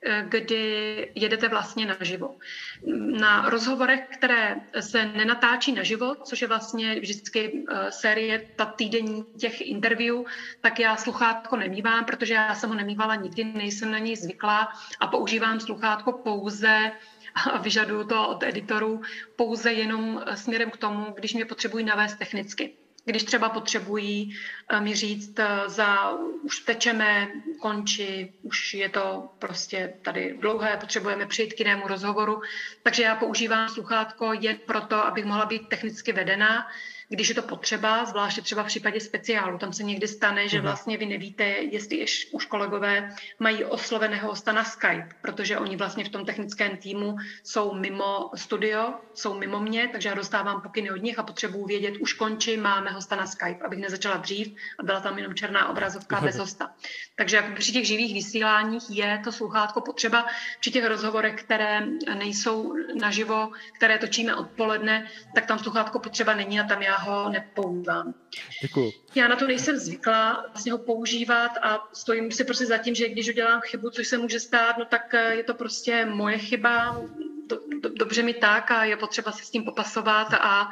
[SPEAKER 3] kdy jedete vlastně naživo. Na rozhovorech, které se nenatáčí naživo, což je vlastně vždycky série ta týdenní těch interview, tak já sluchátko nemívám, protože já jsem ho nemívala nikdy, nejsem na něj zvyklá a používám sluchátko pouze a vyžaduju to od editorů pouze jenom směrem k tomu, když mě potřebují navést technicky. Když třeba potřebují mi říct, už tečeme, končí, už je to prostě tady dlouhé, potřebujeme přijít k jinému rozhovoru. Takže já používám sluchátko jen proto, abych mohla být technicky vedená, když je to potřeba, zvláště třeba v případě speciálu. Tam se někdy stane, že vlastně vy nevíte, jestli už kolegové mají osloveného hosta na Skype, protože oni vlastně v tom technickém týmu jsou mimo studio, jsou mimo mě, takže já dostávám pokyny od nich a potřebuji vědět, už končí, máme hosta na Skype, abych nezačala dřív a byla tam jenom černá obrazovka bez hosta. Takže jako při těch živých vysíláních je to sluchátko potřeba. Při těch rozhovorech, které nejsou naživo, které točíme odpoledne, tak tam sluchátko potřeba není a tam já ho nepoužívám.
[SPEAKER 2] Děkuju.
[SPEAKER 3] Já na to nejsem zvyklá vlastně ho používat a stojím si prostě za tím, že když udělám chybu, což se může stát, no tak je to prostě moje chyba, dobře mi tak a je potřeba se s tím popasovat a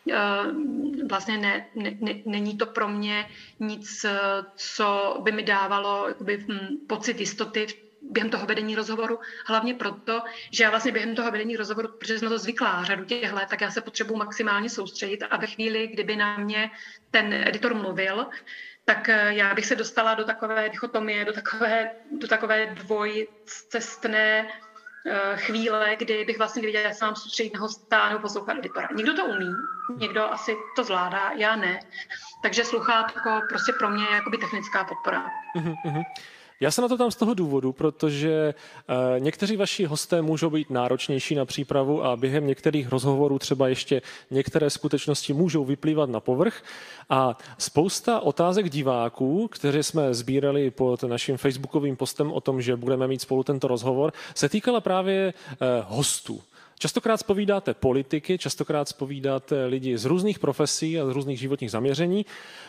[SPEAKER 3] vlastně není to pro mě nic, co by mi dávalo jakoby, pocit jistoty během toho vedení rozhovoru, hlavně proto, že já vlastně během toho vedení rozhovoru, protože jsem to zvyklá řadu těch let, tak já se potřebuji maximálně soustředit a ve chvíli, kdyby na mě ten editor mluvil, tak já bych se dostala do takové dichotomie, do takové dvojcestné chvíle, kdy bych vlastně věděla, že se mám soustředit na hosta nebo poslouchat editora. Někdo to umí, někdo asi to zvládá, já ne. Takže sluchátko prostě pro mě je jakoby technická podpora.
[SPEAKER 2] Já se na to tam z toho důvodu, protože někteří vaši hosté můžou být náročnější na přípravu a během některých rozhovorů třeba ještě některé skutečnosti můžou vyplývat na povrch a spousta otázek diváků, které jsme sbírali pod naším facebookovým postem o tom, že budeme mít spolu tento rozhovor, se týkala právě hostů. Častokrát zpovídáte politiky, častokrát zpovídáte lidi z různých profesí a z různých životních zaměření.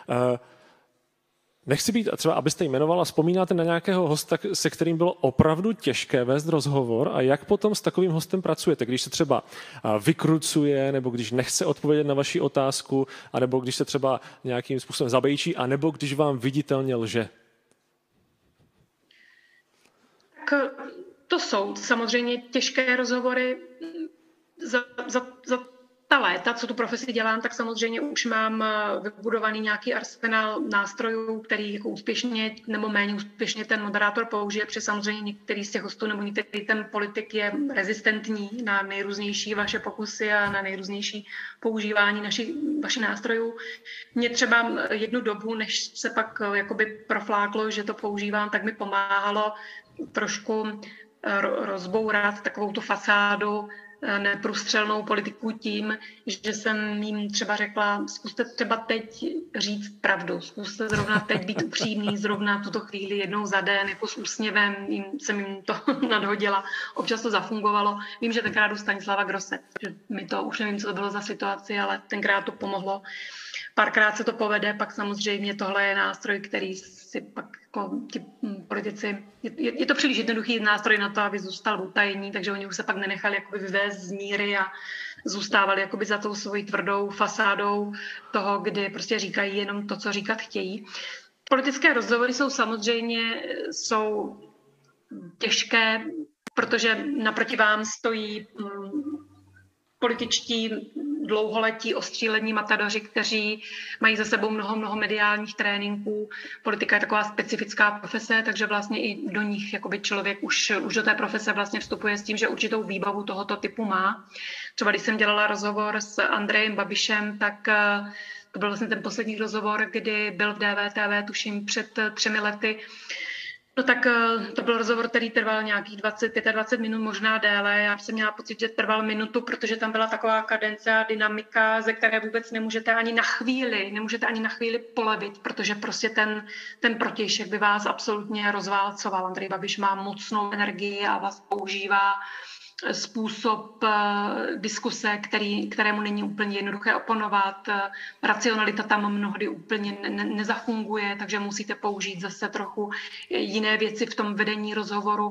[SPEAKER 2] Nechci být třeba, abyste jmenovala, vzpomínáte na nějakého hosta, se kterým bylo opravdu těžké vést rozhovor a jak potom s takovým hostem pracujete, když se třeba vykrucuje, nebo když nechce odpovědět na vaši otázku, anebo když se třeba nějakým způsobem zabejčí, anebo když vám viditelně lže?
[SPEAKER 3] Tak to jsou samozřejmě těžké rozhovory. Za ta léta, co tu profesi dělám, tak samozřejmě už mám vybudovaný nějaký arsenál nástrojů, který jako úspěšně nebo méně úspěšně ten moderátor použije, protože samozřejmě některý z těch hostů nebo některý ten politik je rezistentní na nejrůznější vaše pokusy a na nejrůznější používání vašich nástrojů. Mě třeba jednu dobu, než se pak jakoby profláklo, že to používám, tak mi pomáhalo trošku rozbourat takovou tu fasádu neprůstřelnou politiku tím, že jsem jim třeba řekla, zkuste třeba teď říct pravdu, zkuste zrovna teď být upřímný, zrovna v tuto chvíli jednou za den, jako s úsměvem, jsem jim to nadhodila, občas to zafungovalo. Vím, že tenkrát u Stanislava Grosse, že mi to, už nevím, co to bylo za situaci, ale tenkrát to pomohlo. Párkrát se to povede, pak samozřejmě tohle je nástroj, který si pak jako ti politici, je to příliš jednoduchý nástroj na to, aby zůstal v utajení, takže oni už se pak nenechali jakoby vyvést z míry a zůstávali jakoby za tou svojí tvrdou fasádou toho, kdy prostě říkají jenom to, co říkat chtějí. Politické rozhovory jsou samozřejmě těžké, protože naproti vám stojí političtí dlouholetí ostřílení matadoři, kteří mají za sebou mnoho mediálních tréninků. Politika je taková specifická profese, takže vlastně i do nich jakoby člověk už do té profese vlastně vstupuje s tím, že určitou výbavu tohoto typu má. Třeba když jsem dělala rozhovor s Andrejem Babišem, tak to byl vlastně ten poslední rozhovor, kdy byl v DVTV, tuším před 3 lety. No tak to byl rozhovor, který trval nějakých 25 minut, možná déle. Já jsem měla pocit, že trval minutu, protože tam byla taková kadence a dynamika, ze které vůbec nemůžete ani na chvíli polevit, protože prostě ten protějšek by vás absolutně rozválcoval. Andrej Babiš má mocnou energii a vás používá způsob diskuse, kterému není úplně jednoduché oponovat. Racionalita tam mnohdy úplně nezafunguje, takže musíte použít zase trochu jiné věci v tom vedení rozhovoru.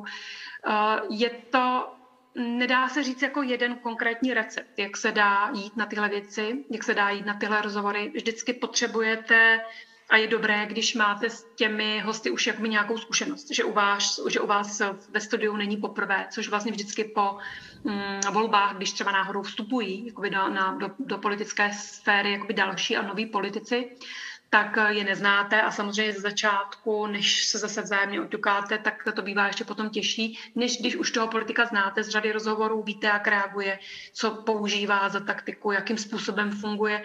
[SPEAKER 3] Nedá se říct jako jeden konkrétní recept, jak se dá jít na tyhle věci, jak se dá jít na tyhle rozhovory. Vždycky potřebujete, a je dobré, když máte s těmi hosty už jakoby nějakou zkušenost, že u vás ve studiu není poprvé, což vlastně vždycky po volbách, když třeba náhodou vstupují jakoby do politické sféry jakoby další a noví politici, tak je neznáte a samozřejmě ze začátku, než se zase vzájemně oťukáte, tak to bývá ještě potom těžší, než když už toho politika znáte z řady rozhovorů, víte, jak reaguje, co používá za taktiku, jakým způsobem funguje.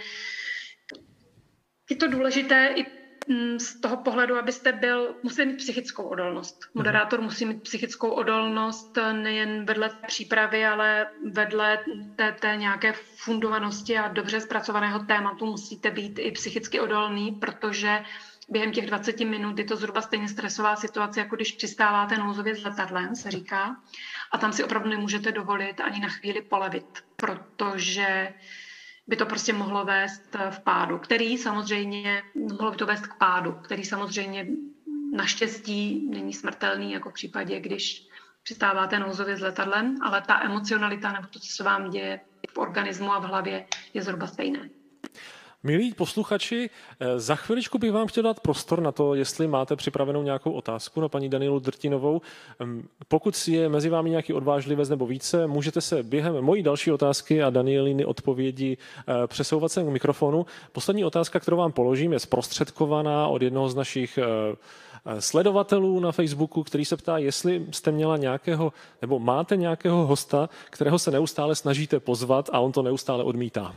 [SPEAKER 3] Je to důležité i z toho pohledu, abyste musíte mít psychickou odolnost. Moderátor musí mít psychickou odolnost nejen vedle přípravy, ale vedle té nějaké fundovanosti a dobře zpracovaného tématu musíte být i psychicky odolný, protože během těch 20 minut je to zhruba stejně stresová situace, jako když přistáváte nouzově s letadlem, se říká. A tam si opravdu nemůžete dovolit ani na chvíli polevit, protože by to prostě mohlo vést v pádu, mohlo by to vést k pádu, který samozřejmě naštěstí není smrtelný, jako v případě, když přistáváte nouzově s letadlem, ale ta emocionalita nebo to, co se vám děje v organismu a v hlavě, je zhruba stejné.
[SPEAKER 2] Milí posluchači, za chviličku bych vám chtěl dát prostor na to, jestli máte připravenou nějakou otázku na paní Danielu Drtinovou. Pokud je mezi vámi nějaký odvážlivec nebo více, můžete se během mojí další otázky a Danieliny odpovědi přesouvat se k mikrofonu. Poslední otázka, kterou vám položím, je zprostředkovaná od jednoho z našich sledovatelů na Facebooku, který se ptá, jestli jste měla nějakého, nebo máte nějakého hosta, kterého se neustále snažíte pozvat a on to neustále odmítá.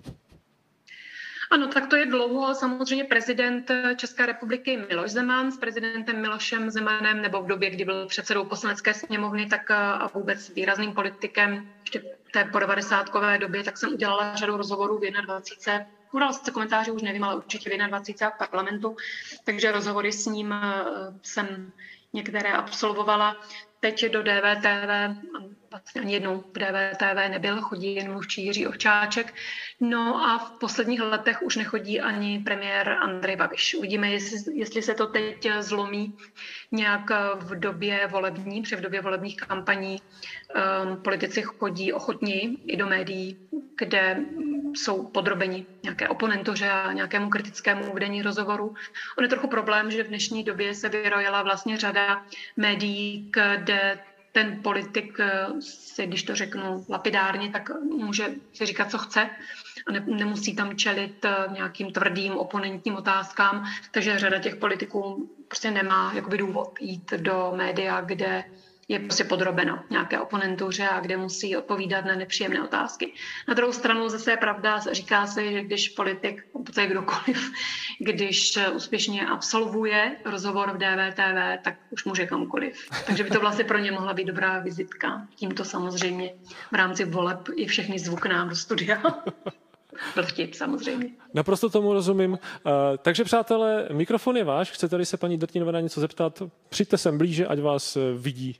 [SPEAKER 3] Ano, tak to je dlouho samozřejmě prezident České republiky Miloš Zeman s prezidentem Milošem Zemanem, nebo v době, kdy byl předsedou Poslanecké sněmovny, tak a vůbec výrazným politikem ještě v té po 90kové době, tak jsem udělala řadu rozhovorů v 21. Udala se komentáře, už nevím, ale určitě v 21. v parlamentu, takže rozhovory s ním jsem některé absolvovala. Teď do DVTV, vlastně ani jednou v DVTV nebyl, chodí jen mluvčí Jiří Ovčáček. No a v posledních letech už nechodí ani premiér Andrej Babiš. Uvidíme, jestli se to teď zlomí nějak v době volební, protože v době volebních kampaní politici chodí ochotněji i do médií, kde jsou podrobeni nějaké oponentoře a nějakému kritickému vedení rozhovoru. On je trochu problém, že v dnešní době se vyrojila vlastně řada médií, kde ten politik si, když to řeknu lapidárně, tak může si říkat, co chce a nemusí tam čelit nějakým tvrdým oponentním otázkám, takže řada těch politiků prostě nemá jakoby důvod jít do média, kde je prostě podrobena nějaké oponentuře a kde musí odpovídat na nepříjemné otázky. Na druhou stranu zase je pravda, říká se, že když politik, to je kdokoliv, když úspěšně absolvuje rozhovor v DVTV, tak už může kamkoliv. Takže by to vlastně pro ně mohla být dobrá vizitka. Tímto samozřejmě v rámci voleb i všechny zvuk nám do studia. Byl vtip, samozřejmě.
[SPEAKER 2] Naprosto tomu rozumím. Takže přátelé, mikrofon je váš. Chcete-li se paní Drtinové na něco zeptat? Přijďte sem blíže, ať vás vidí.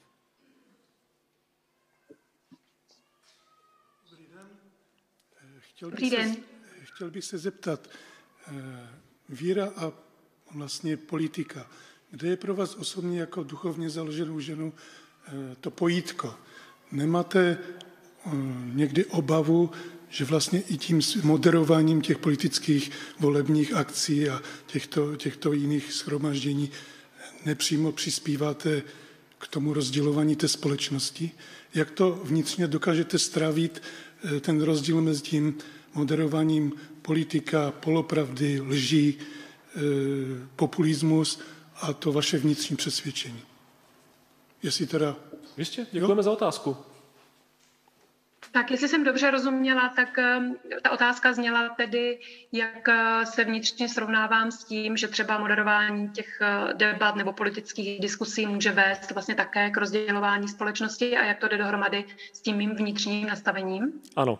[SPEAKER 3] Dobrý den.
[SPEAKER 4] Chtěl bych se zeptat, víra a vlastně politika. Kde je pro vás osobně jako duchovně založenou ženu to pojítko? Nemáte někdy obavu, že vlastně i tím moderováním těch politických volebních akcí a těchto jiných shromaždění nepřímo přispíváte k tomu rozdělování té společnosti? Jak to vnitřně dokážete strávit ten rozdíl mezi tím moderováním politika, polopravdy, lží, populismus a to vaše vnitřní přesvědčení? Jestli teda...
[SPEAKER 2] Jistě, děkujeme za otázku.
[SPEAKER 3] Tak jestli jsem dobře rozuměla, tak ta otázka zněla tedy, jak se vnitřně srovnávám s tím, že třeba moderování těch debat nebo politických diskusí může vést vlastně také k rozdělování společnosti a jak to jde dohromady s tím mým vnitřním nastavením.
[SPEAKER 2] Ano.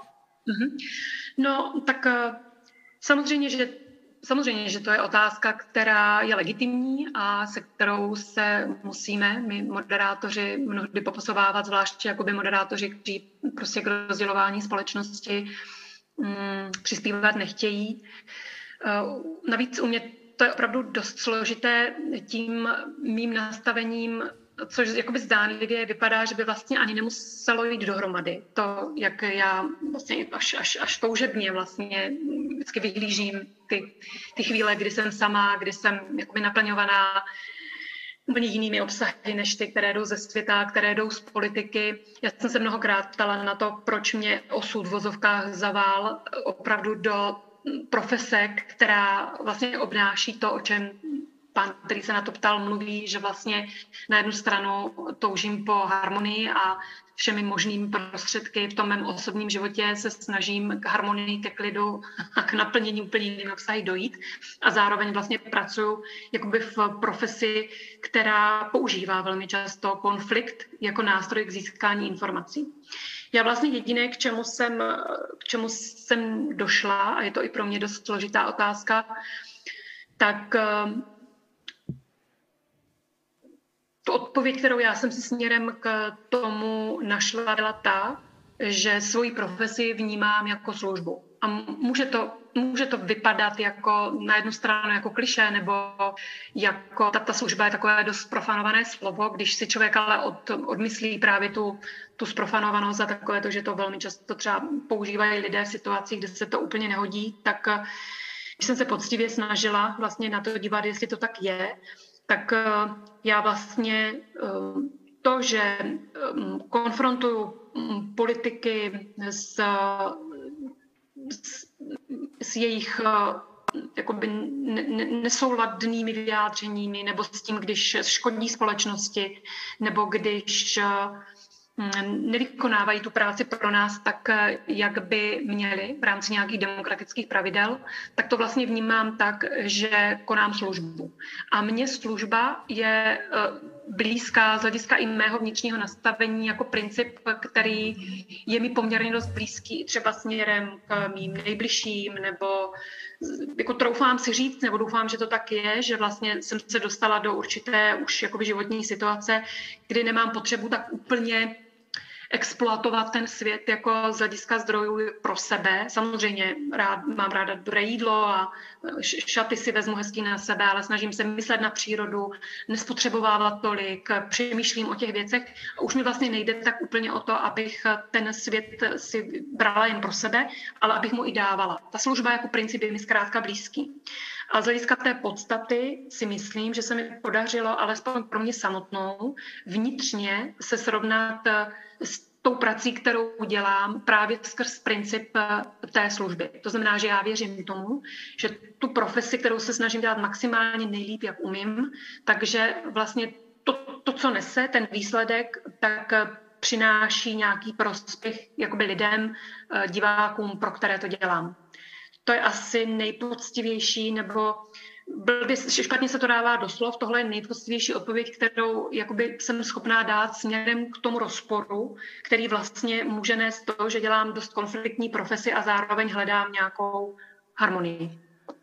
[SPEAKER 3] No, tak samozřejmě, že to je otázka, která je legitimní a se kterou se musíme my moderátoři mnohdy poposovávat, zvláště jakoby moderátoři, kteří prostě k rozdělování společnosti přispívat nechtějí. Navíc u mě to je opravdu dost složité tím mým nastavením, což jakoby zdánlivě vypadá, že by vlastně ani nemuselo jít dohromady. To, jak já vlastně až toužebně vlastně vždycky vyhlížím ty chvíle, kdy jsem sama, kdy jsem jakoby naplňovaná úplně jinými obsahy, než ty, které jdou ze světa, které jdou z politiky. Já jsem se mnohokrát ptala na to, proč mě osud v vozovkách zavál opravdu do profese, která vlastně obnáší to, o čem pan, který se na to ptal, mluví, že vlastně na jednu stranu toužím po harmonii a všemi možnými prostředky v tom mém osobním životě se snažím k harmonii, ke klidu a k naplnění úplně jinými obsahy dojít. A zároveň vlastně pracuji jakoby v profesi, která používá velmi často konflikt jako nástroj k získání informací. Já vlastně jediné, k čemu jsem došla, a je to i pro mě dost složitá otázka, tak tu odpověď, kterou já jsem si směrem k tomu našla, byla ta, že svoji profesi vnímám jako službu. A může to vypadat jako na jednu stranu jako klišé, nebo jako ta služba je takové dost profanované slovo, když si člověk ale odmyslí právě tu sprofanovanost a takové to, že to velmi často třeba používají lidé v situacích, kde se to úplně nehodí, tak když jsem se poctivě snažila vlastně na to dívat, jestli to tak je, tak já vlastně to, že konfrontuju politiky s jejich jakoby nesouladnými vyjádřeními, nebo s tím, když škodí společnosti, nebo když nevykonávají tu práci pro nás tak, jak by měli v rámci nějakých demokratických pravidel, tak to vlastně vnímám tak, že konám službu. A mně služba je blízká z hlediska i mého vnitřního nastavení jako princip, který je mi poměrně dost blízký třeba směrem k mým nejbližším, nebo jako troufám si říct, nebo doufám, že to tak je, že vlastně jsem se dostala do určité už jakoby životní situace, kdy nemám potřebu tak úplně exploatovat ten svět jako z hlediska zdrojů pro sebe. Samozřejmě mám ráda dobré jídlo a šaty si vezmu hezky na sebe, ale snažím se myslet na přírodu, nespotřebovávat tolik, přemýšlím o těch věcech. A už mi vlastně nejde tak úplně o to, abych ten svět si brala jen pro sebe, ale abych mu i dávala. Ta služba jako princip je mi zkrátka blízký. A z hlediska té podstaty si myslím, že se mi podařilo, alespoň pro mě samotnou, vnitřně se srovnat s tou prací, kterou dělám právě skrz princip té služby. To znamená, že já věřím tomu, že tu profesi, kterou se snažím dělat maximálně nejlíp, jak umím, takže vlastně to, co nese ten výsledek, tak přináší nějaký prospěch jakoby lidem, divákům, pro které to dělám. To je asi nejpoctivější, nebo špatně se to dává do slov, tohle je nejpoctivější odpověď, kterou jakoby jsem schopná dát směrem k tomu rozporu, který vlastně může nést to, že dělám dost konfliktní profesi a zároveň hledám nějakou harmonii.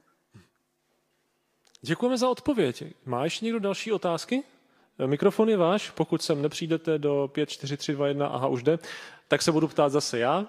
[SPEAKER 2] Děkujeme za odpověď. Má ještě někdo další otázky? Mikrofon je váš, pokud sem nepřijdete do 5, 4, 3, 2, 1, aha, už jde, tak se budu ptát zase já.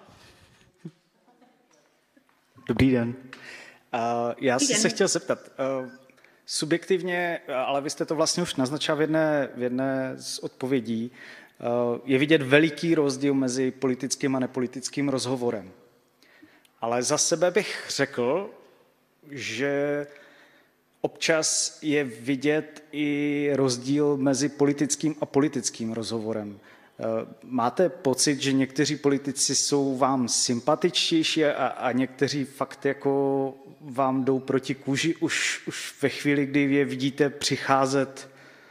[SPEAKER 5] Dobrý den. Já jsem se chtěl zeptat, subjektivně, ale vy jste to vlastně už naznačil v jedné z odpovědí, je vidět veliký rozdíl mezi politickým a nepolitickým rozhovorem. Ale za sebe bych řekl, že občas je vidět i rozdíl mezi politickým a politickým rozhovorem. Máte pocit, že někteří politici jsou vám sympatičtější a někteří fakt jako vám jdou proti kůži už ve chvíli, kdy je vidíte přicházet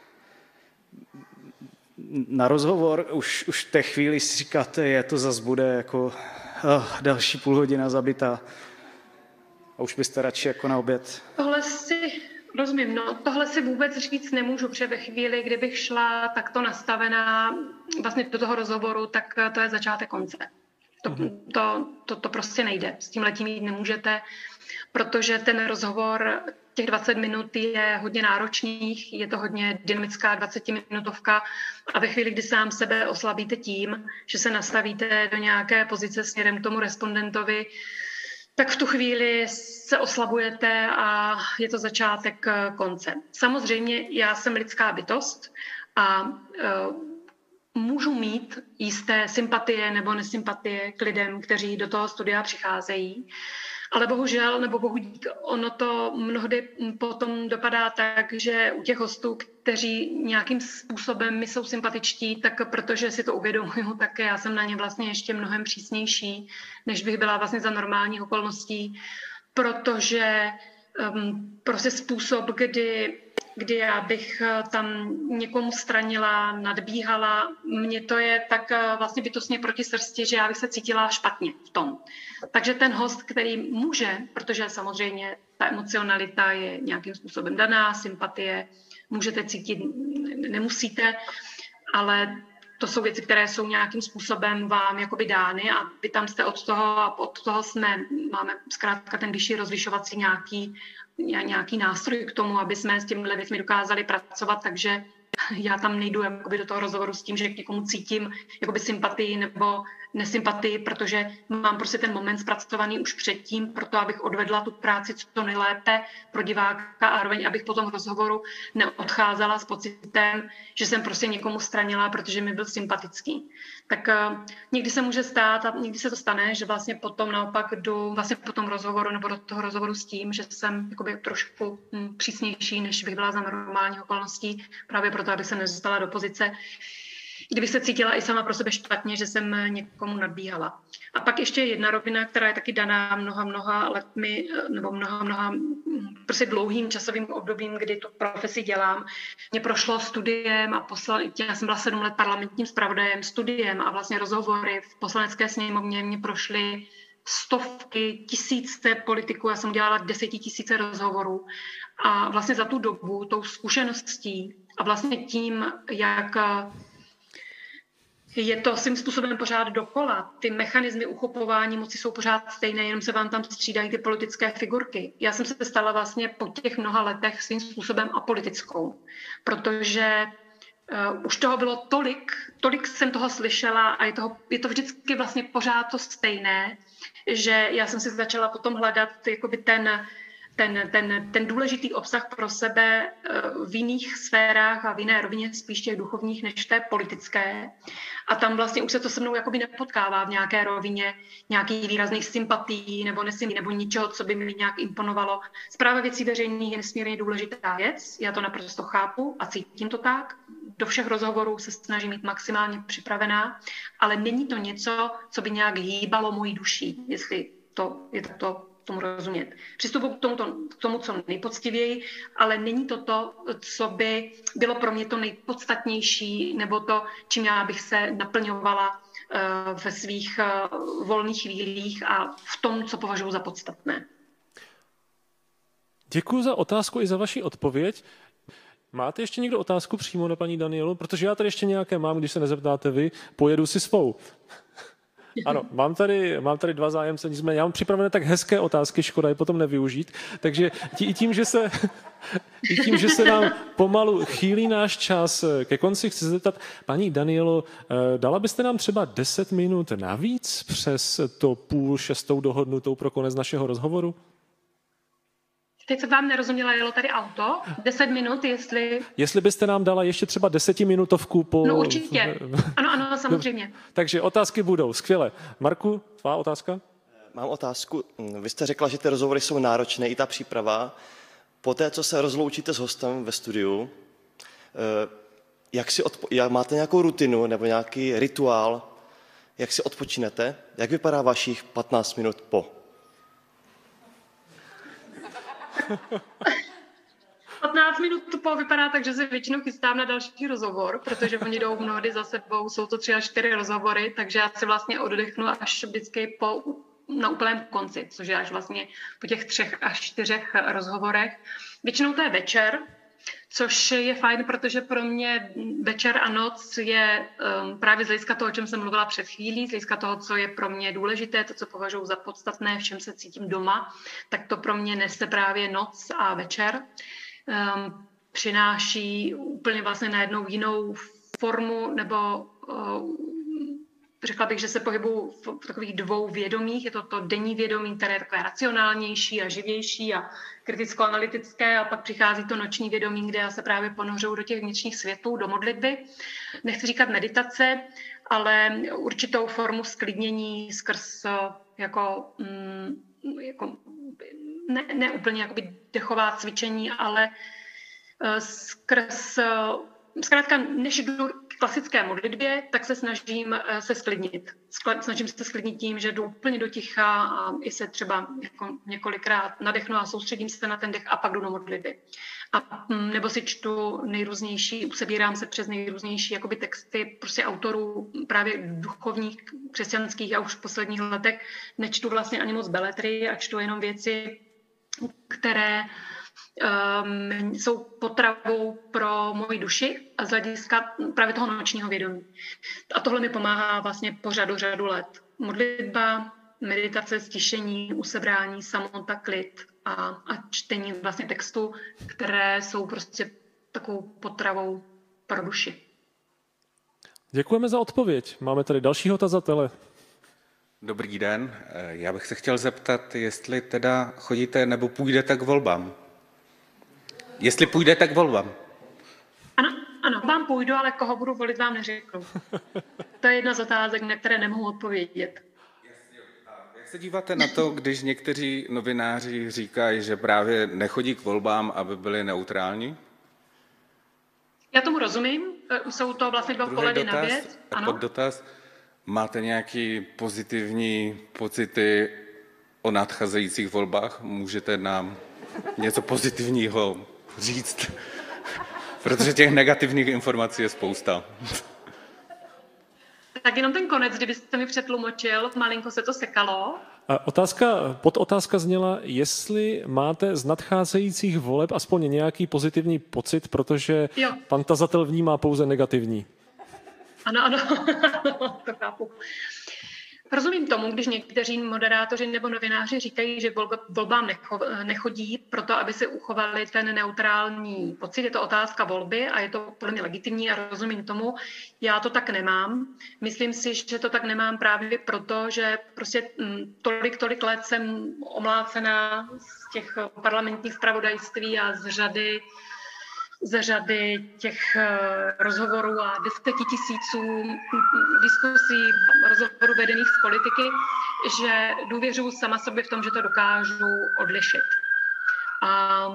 [SPEAKER 5] na rozhovor, už v té chvíli si říkáte, to zas bude jako další půl hodina zabitá a už byste radši jako na oběd.
[SPEAKER 3] Rozumím, tohle si vůbec říct nemůžu, protože ve chvíli, kdybych šla takto nastavená vlastně do toho rozhovoru, tak to je začátek konce. To prostě nejde. S tímhletím jít nemůžete, protože ten rozhovor, těch 20 minut je hodně náročných, je to hodně dynamická 20-minutovka a ve chvíli, kdy sám sebe oslabíte tím, že se nastavíte do nějaké pozice směrem k tomu respondentovi, tak v tu chvíli se oslabujete a je to začátek konce. Samozřejmě já jsem lidská bytost a můžu mít jisté sympatie nebo nesympatie k lidem, kteří do toho studia přicházejí, ale bohužel, nebo bohudík, ono to mnohdy potom dopadá tak, že u těch hostů, kteří nějakým způsobem mi jsou sympatičtí, tak protože si to uvědomuju, tak já jsem na ně vlastně ještě mnohem přísnější, než bych byla vlastně za normálních okolností, protože prostě způsob, kdy já bych tam někomu stranila, nadbíhala, mně to je tak vlastně bytostně proti srsti, že já bych se cítila špatně v tom. Takže ten host, který může, protože samozřejmě ta emocionalita je nějakým způsobem daná, sympatie, můžete cítit, nemusíte, ale to jsou věci, které jsou nějakým způsobem vám jakoby dány a vy tam jste od toho a od toho máme zkrátka ten vyšší rozlišovací nějaký nástroj k tomu, aby jsme s těmihle věcmi dokázali pracovat, takže já tam nejdu jakoby do toho rozhovoru s tím, že k někomu cítím jakoby sympatii nebo nesympatii, protože mám prostě ten moment zpracovaný už předtím, proto abych odvedla tu práci co nejlépe pro diváka a zároveň abych po tom rozhovoru neodcházela s pocitem, že jsem prostě někomu stranila, protože mi byl sympatický. Tak někdy se může stát a někdy se to stane, že vlastně potom naopak jdu vlastně po tom rozhovoru nebo do toho rozhovoru s tím, že jsem jakoby trošku přísnější, než bych byla za normální okolností, právě proto, abych se nedostala do pozice, kdybych se cítila i sama pro sebe špatně, že jsem někomu nadbíhala. A pak ještě jedna rovina, která je taky daná mnoha letmi nebo mnoha prostě dlouhým časovým obdobím, kdy tu profesi dělám. Mě prošlo studiem a já jsem byla 7 let parlamentním zpravodajem, studiem a vlastně rozhovory v poslanecké sněmovně mě prošly stovky, tisíce politiků, já jsem udělala 10 000 rozhovorů a vlastně za tu dobu, tou zkušeností a vlastně tím, jak je to svým způsobem pořád dokola. Ty mechanismy uchopování moci jsou pořád stejné, jenom se vám tam střídají ty politické figurky. Já jsem se stala vlastně po těch mnoha letech svým způsobem apolitickou, protože už toho bylo tolik jsem toho slyšela a je to vždycky vlastně pořád to stejné, že já jsem si začala potom hledat jakoby ten důležitý obsah pro sebe v jiných sférách a v jiné rovině, spíš těch duchovních než té politické. A tam vlastně už se to se mnou jakoby nepotkává v nějaké rovině nějakých výrazných sympatií nebo nesympatí nebo ničeho, co by mi nějak imponovalo. Správa věcí veřejných je nesmírně důležitá věc, já to naprosto chápu a cítím to tak. Do všech rozhovorů se snažím mít maximálně připravená, ale není to něco, co by nějak hýbalo mojí duší, jestli to je takto tomu rozumět. Přistupuji k tomu co nejpoctivěji, ale není to, co by bylo pro mě to nejpodstatnější, nebo to, čím já bych se naplňovala ve svých volných chvílích a v tom, co považuji za podstatné.
[SPEAKER 2] Děkuji za otázku i za vaši odpověď. Máte ještě někdo otázku přímo na paní Danielu? Protože já tady ještě nějaké mám, když se nezeptáte vy, pojedu si svou. Ano, mám tady dva zájemce, nicméně já mám připravené tak hezké otázky, škoda je potom nevyužít. Takže tím, že se nám pomalu chýlí náš čas ke konci, chci se zeptat, paní Danielo, dala byste nám třeba 10 minut navíc přes to 5:30 dohodnutou pro konec našeho rozhovoru?
[SPEAKER 3] Teď jsem vám nerozuměla, jelo tady auto. 10 minut,
[SPEAKER 2] Jestli byste nám dala ještě třeba 10minutovku po...
[SPEAKER 3] No určitě. Ano, samozřejmě.
[SPEAKER 2] Takže otázky budou. Skvěle. Marku, tvá otázka?
[SPEAKER 6] Mám otázku. Vy jste řekla, že ty rozhovory jsou náročné, i ta příprava. Poté, co se rozloučíte s hostem ve studiu, jak máte nějakou rutinu nebo nějaký rituál, jak si odpočinete? Jak vypadá vašich 15 minut po?
[SPEAKER 3] 15 minut po vypadá tak, že se většinou chystám na další rozhovor, protože oni jdou mnohdy za sebou, jsou to 3 až 4 rozhovory, takže já si vlastně oddechnu až vždycky na úplném konci, což je až vlastně po těch 3 až 4 rozhovorech. Většinou to je večer, což je fajn, protože pro mě večer a noc je právě z hlediska toho, o čem jsem mluvila před chvílí, z hlediska toho, co je pro mě důležité, to, co považuji za podstatné, v čem se cítím doma, tak to pro mě nese právě noc a večer. Přináší úplně vlastně najednou jinou formu, nebo řekla bych, že se pohybuju v takových 2 vědomích. Je to denní vědomí, které je takové racionálnější a živější a kriticko-analytické, a pak přichází to noční vědomí, kde já se právě ponořuju do těch vnitřních světů, do modlitby. Nechci říkat meditace, ale určitou formu sklidnění skrz ne úplně jakoby dechová cvičení, ale zkrátka, než jdu k klasické modlitbě, tak se snažím se sklidnit. Snažím se sklidnit tím, že jdu úplně do ticha a i se třeba jako několikrát nadechnu a soustředím se na ten dech a pak jdu do modlitby. Nebo si čtu usebírám se přes nejrůznější jakoby texty prostě autorů právě duchovních, křesťanských, a už v posledních letech nečtu vlastně ani moc beletry a čtu jenom věci, které jsou potravou pro moji duši a z hlediska právě toho nočního vědomí. A tohle mi pomáhá vlastně po řadu let. Modlitba, meditace, stišení, usebrání, samota, klid a čtení vlastně textu, které jsou prostě takovou potravou pro duši.
[SPEAKER 2] Děkujeme za odpověď. Máme tady dalšího tazatele.
[SPEAKER 7] Dobrý den. Já bych se chtěl zeptat, jestli teda chodíte nebo půjdete k volbám. Jestli půjdete k volbám.
[SPEAKER 3] Ano, vám půjdu, ale koho budu volit, vám neřeknu. To je jedna z otázek, na které nemohu odpovědět.
[SPEAKER 7] Jak se díváte na to, když někteří novináři říkají, že právě nechodí k volbám, aby byli neutrální?
[SPEAKER 3] Já tomu rozumím. Jsou to vlastně 2 pohledy na věc.
[SPEAKER 7] Poddotaz. Máte nějaké pozitivní pocity o nadcházejících volbách? Můžete nám něco pozitivního říct? Protože těch negativních informací je spousta.
[SPEAKER 3] Tak jenom ten konec, kdybyste mi přetlumočil, malinko se to sekalo.
[SPEAKER 2] Podotázka zněla, jestli máte z nadcházejících voleb aspoň nějaký pozitivní pocit, protože pan tazatel vnímá pouze negativní.
[SPEAKER 3] Ano, to chápu. Rozumím tomu, když někteří moderátoři nebo novináři říkají, že volbám nechodí proto, aby si uchovali ten neutrální pocit. Je to otázka volby a je to podle mě legitimní a rozumím tomu. Já to tak nemám. Myslím si, že to tak nemám právě proto, že prostě tolik let jsem omlácená z těch parlamentních zpravodajství a z řady těch rozhovorů a 10 000 diskusí, rozhovorů vedených z politiky, že důvěřuji sama sobě v tom, že to dokážu odlišit. A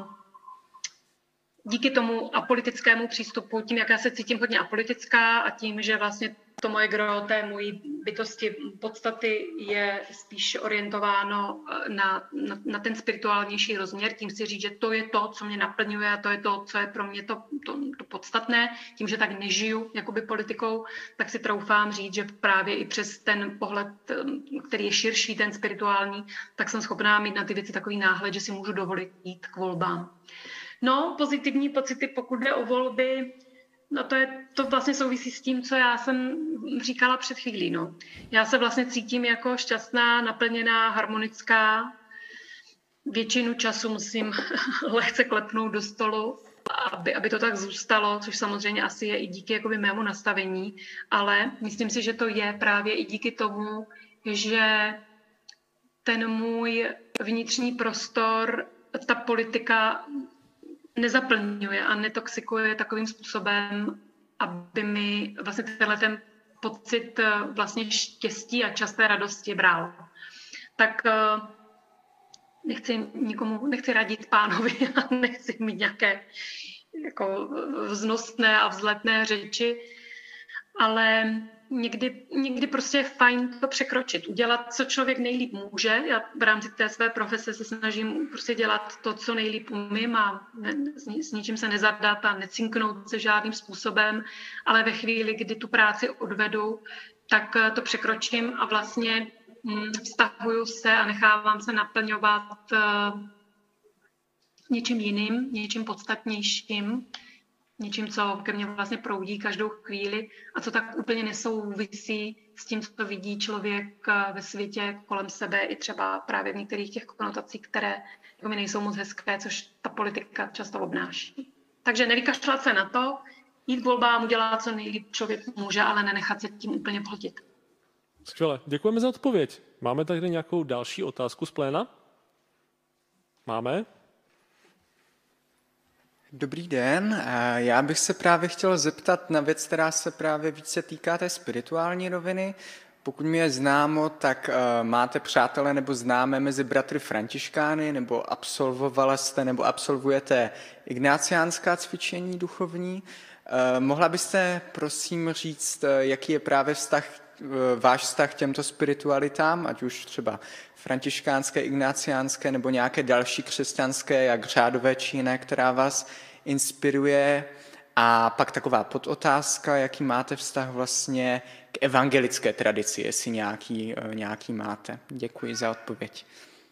[SPEAKER 3] díky tomu apolitickému přístupu, tím, jak já se cítím hodně apolitická a tím, že vlastně to moje gro té mojí bytosti podstaty je spíš orientováno na ten spirituálnější rozměr. Tím si říct, že to je to, co mě naplňuje a to je to, co je pro mě to podstatné. Tím, že tak nežiju jakoby politikou, tak si troufám říct, že právě i přes ten pohled, který je širší, ten spirituální, tak jsem schopná mít na ty věci takový náhled, že si můžu dovolit jít k volbám. No, pozitivní pocity, pokud jde o volby, no to vlastně souvisí s tím, co já jsem říkala před chvílí. No. Já se vlastně cítím jako šťastná, naplněná, harmonická. Většinu času musím lehce klepnout do stolu, aby to tak zůstalo, což samozřejmě asi je i díky jakoby mému nastavení, ale myslím si, že to je právě i díky tomu, že ten můj vnitřní prostor, ta politika nezaplňuje a netoxikuje takovým způsobem, aby mi vlastně ten pocit vlastně štěstí a časté radosti bral. Tak nechci radit pánovi a nechci mít nějaké jako vznosné a vzletné řeči, ale někdy prostě je fajn to překročit, udělat, co člověk nejlíp může. Já v rámci té své profese se snažím prostě dělat to, co nejlíp umím a s ničím se nezadat a necinknout se žádným způsobem, ale ve chvíli, kdy tu práci odvedu, tak to překročím a vlastně vztahuju se a nechávám se naplňovat něčím jiným, něčím podstatnějším, něčím, co ke mně vlastně proudí každou chvíli a co tak úplně nesouvisí s tím, co vidí člověk ve světě kolem sebe i třeba právě v některých těch konotacích, které jako mi nejsou moc hezké, což ta politika často obnáší. Takže nevykašlat se na to, jít k volbám, udělat, co nejlíp člověk může, ale nenechat se tím úplně pohltit.
[SPEAKER 2] Skvěle, děkujeme za odpověď. Máme tady nějakou další otázku z pléna? Máme?
[SPEAKER 8] Dobrý den, já bych se právě chtěl zeptat na věc, která se právě více týká té spirituální roviny. Pokud mi je známo, tak máte přátelé nebo známé mezi bratry františkány, nebo absolvovala jste nebo absolvujete ignáciánská cvičení duchovní. Mohla byste prosím říct, jaký je právě váš vztah k těmto spiritualitám, ať už třeba františkánské, ignáciánské nebo nějaké další křesťanské, jak řádové či jiné, která vás inspiruje. A pak taková podotázka, jaký máte vztah vlastně k evangelické tradici, jestli nějaký máte. Děkuji za odpověď.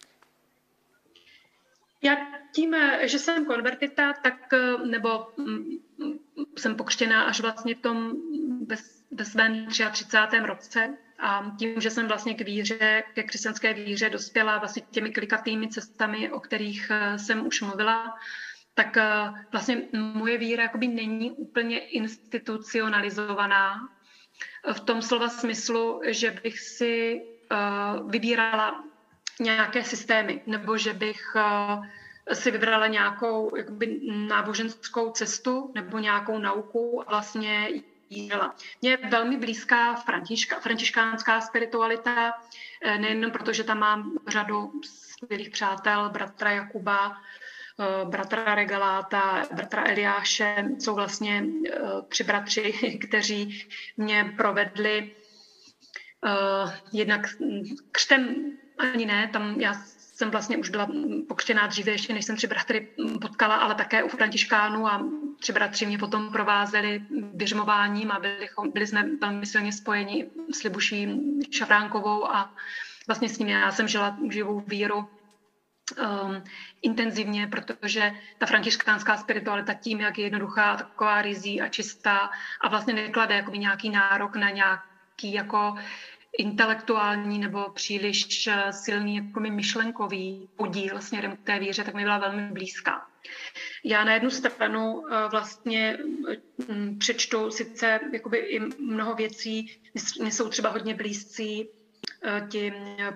[SPEAKER 3] Já tím, že jsem konvertita, tak nebo jsem pokřtěná až vlastně v tom ve svém 33. roce a tím, že jsem vlastně ke křesťanské víře dospěla vlastně těmi klikatými cestami, o kterých jsem už mluvila, tak vlastně moje víra jakoby není úplně institucionalizovaná v tom slova smyslu, že bych si vybírala nějaké systémy, nebo že bych si vybrala nějakou jakoby náboženskou cestu nebo nějakou nauku a vlastně jídla. Mně je velmi blízká františkánská spiritualita, nejen proto, že tam mám řadu skvělých přátel, bratra Jakuba, bratra Regaláta, bratra Eliáše, jsou vlastně 3 bratři, kteří mě provedli jednak křtem, ani ne, tam já jsem vlastně už byla pokřtěná dříve, ještě než jsem 3 bratry potkala, ale také u františkánů a 3 bratři mě potom provázeli běžmováním a byli jsme velmi silně spojeni s Libuší Šafránkovou a vlastně s nimi já jsem žila živou víru intenzivně, protože ta františkánská spiritualita tím, jak je jednoduchá, taková rizí a čistá a vlastně neklade jakoby nějaký nárok na nějaký jako intelektuální nebo příliš silný jako myšlenkový podíl směrem k té víře, tak mi byla velmi blízká. Já na jednu stranu vlastně přečtu sice jakoby i mnoho věcí, mě jsou třeba hodně blízcí ti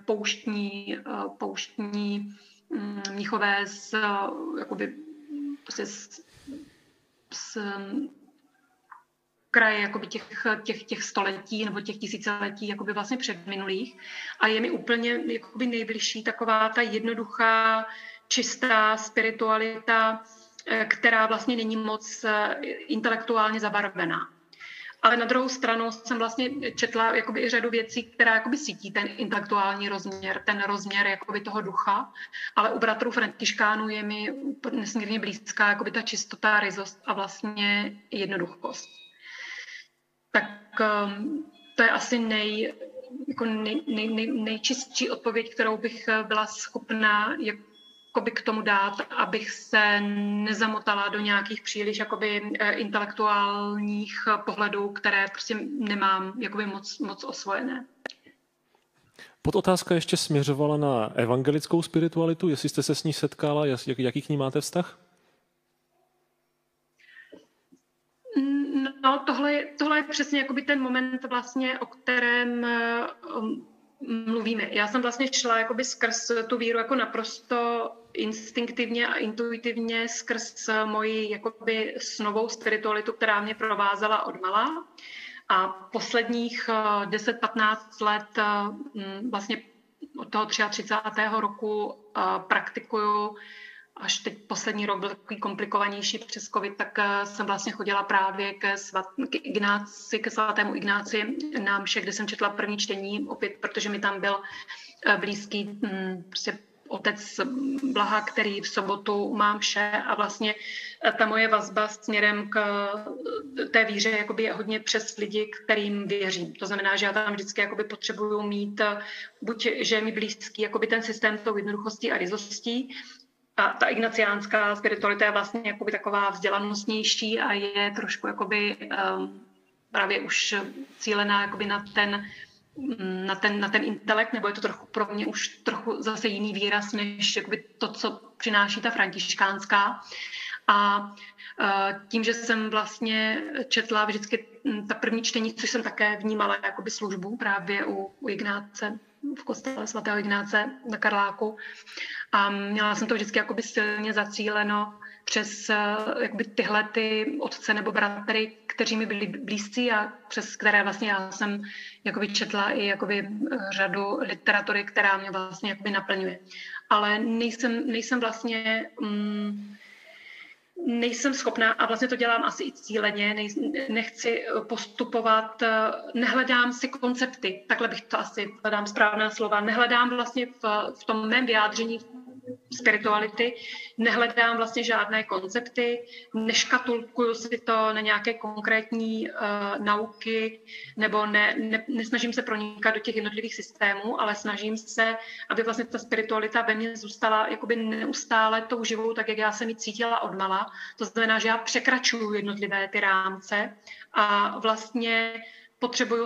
[SPEAKER 3] pouštní mnichové z kraje jakoby těch století nebo těch tisíciletí jakoby vlastně předminulých. A je mi úplně jakoby nejbližší taková ta jednoduchá, čistá spiritualita, která vlastně není moc intelektuálně zabarvená. Ale na druhou stranu jsem vlastně četla jakoby i řadu věcí, která jakoby cítí ten intelektuální rozměr, ten rozměr jakoby toho ducha, ale u bratrů Františkánů je mi nesmírně blízká jakoby ta čistota, ryzost a vlastně jednoduchost. Tak to je asi nejčistší odpověď, kterou bych byla schopná jakoby k tomu dát, abych se nezamotala do nějakých příliš jakoby intelektuálních pohledů, které prostě nemám jakoby moc osvojené.
[SPEAKER 2] Podotázka ještě směřovala na evangelickou spiritualitu, jestli jste se s ní setkala, jaký k ní máte vztah?
[SPEAKER 3] No, tohle je přesně jakoby ten moment vlastně, o kterém mluvíme. Já jsem vlastně šla jakoby skrz tu víru jako naprosto instinktivně a intuitivně skrz moji jakoby snovou spiritualitu, která mě provázela odmala. A posledních 10-15 let vlastně od toho 33. roku praktikuju. Až teď poslední rok byl takový komplikovanější přes covid, tak jsem vlastně chodila právě ke svatému Ignáci na mše, kde jsem četla první čtení, opět, protože mi tam byl blízký prostě otec Blaha, který v sobotu má mše, a vlastně ta moje vazba směrem k té víře jakoby je hodně přes lidi, kterým věřím. To znamená, že já tam vždycky jakoby potřebuju mít buď, že je mi blízký jakoby ten systém tou jednoduchostí a ryzostí, a ta ignaciánská spiritualita je vlastně jakoby taková vzdělanostnější a je trošku jakoby, právě už cílená jakoby na ten intelekt, nebo je to trochu pro mě už trochu zase jiný výraz, než jakoby to, co přináší ta františkánská. A tím, že jsem vlastně četla vždycky ta první čtení, což jsem také vnímala jakoby službu právě u Ignáce, v kostele svatého Ignáce na Karláku. A měla jsem to vždycky jakoby silně zacíleno přes jakoby tyhle ty otce nebo bratry, kteří mi byli blízcí a přes které vlastně já jsem jakoby četla i jakoby řadu literatury, která mě vlastně jakoby naplňuje. Ale nejsem vlastně... nejsem schopná, a vlastně to dělám asi i cíleně, nechci postupovat, nehledám si koncepty, takhle bych to asi, hledám správná slova, nehledám vlastně v tom mém vyjádření spirituality, nehledám vlastně žádné koncepty, neškatulkuju si to na nějaké konkrétní nauky, nebo nesnažím se pronikat do těch jednotlivých systémů, ale snažím se, aby vlastně ta spiritualita ve mně zůstala jakoby neustále tou živou, tak jak já jsem ji cítila odmala. To znamená, že já překračuju jednotlivé ty rámce a vlastně potřebuju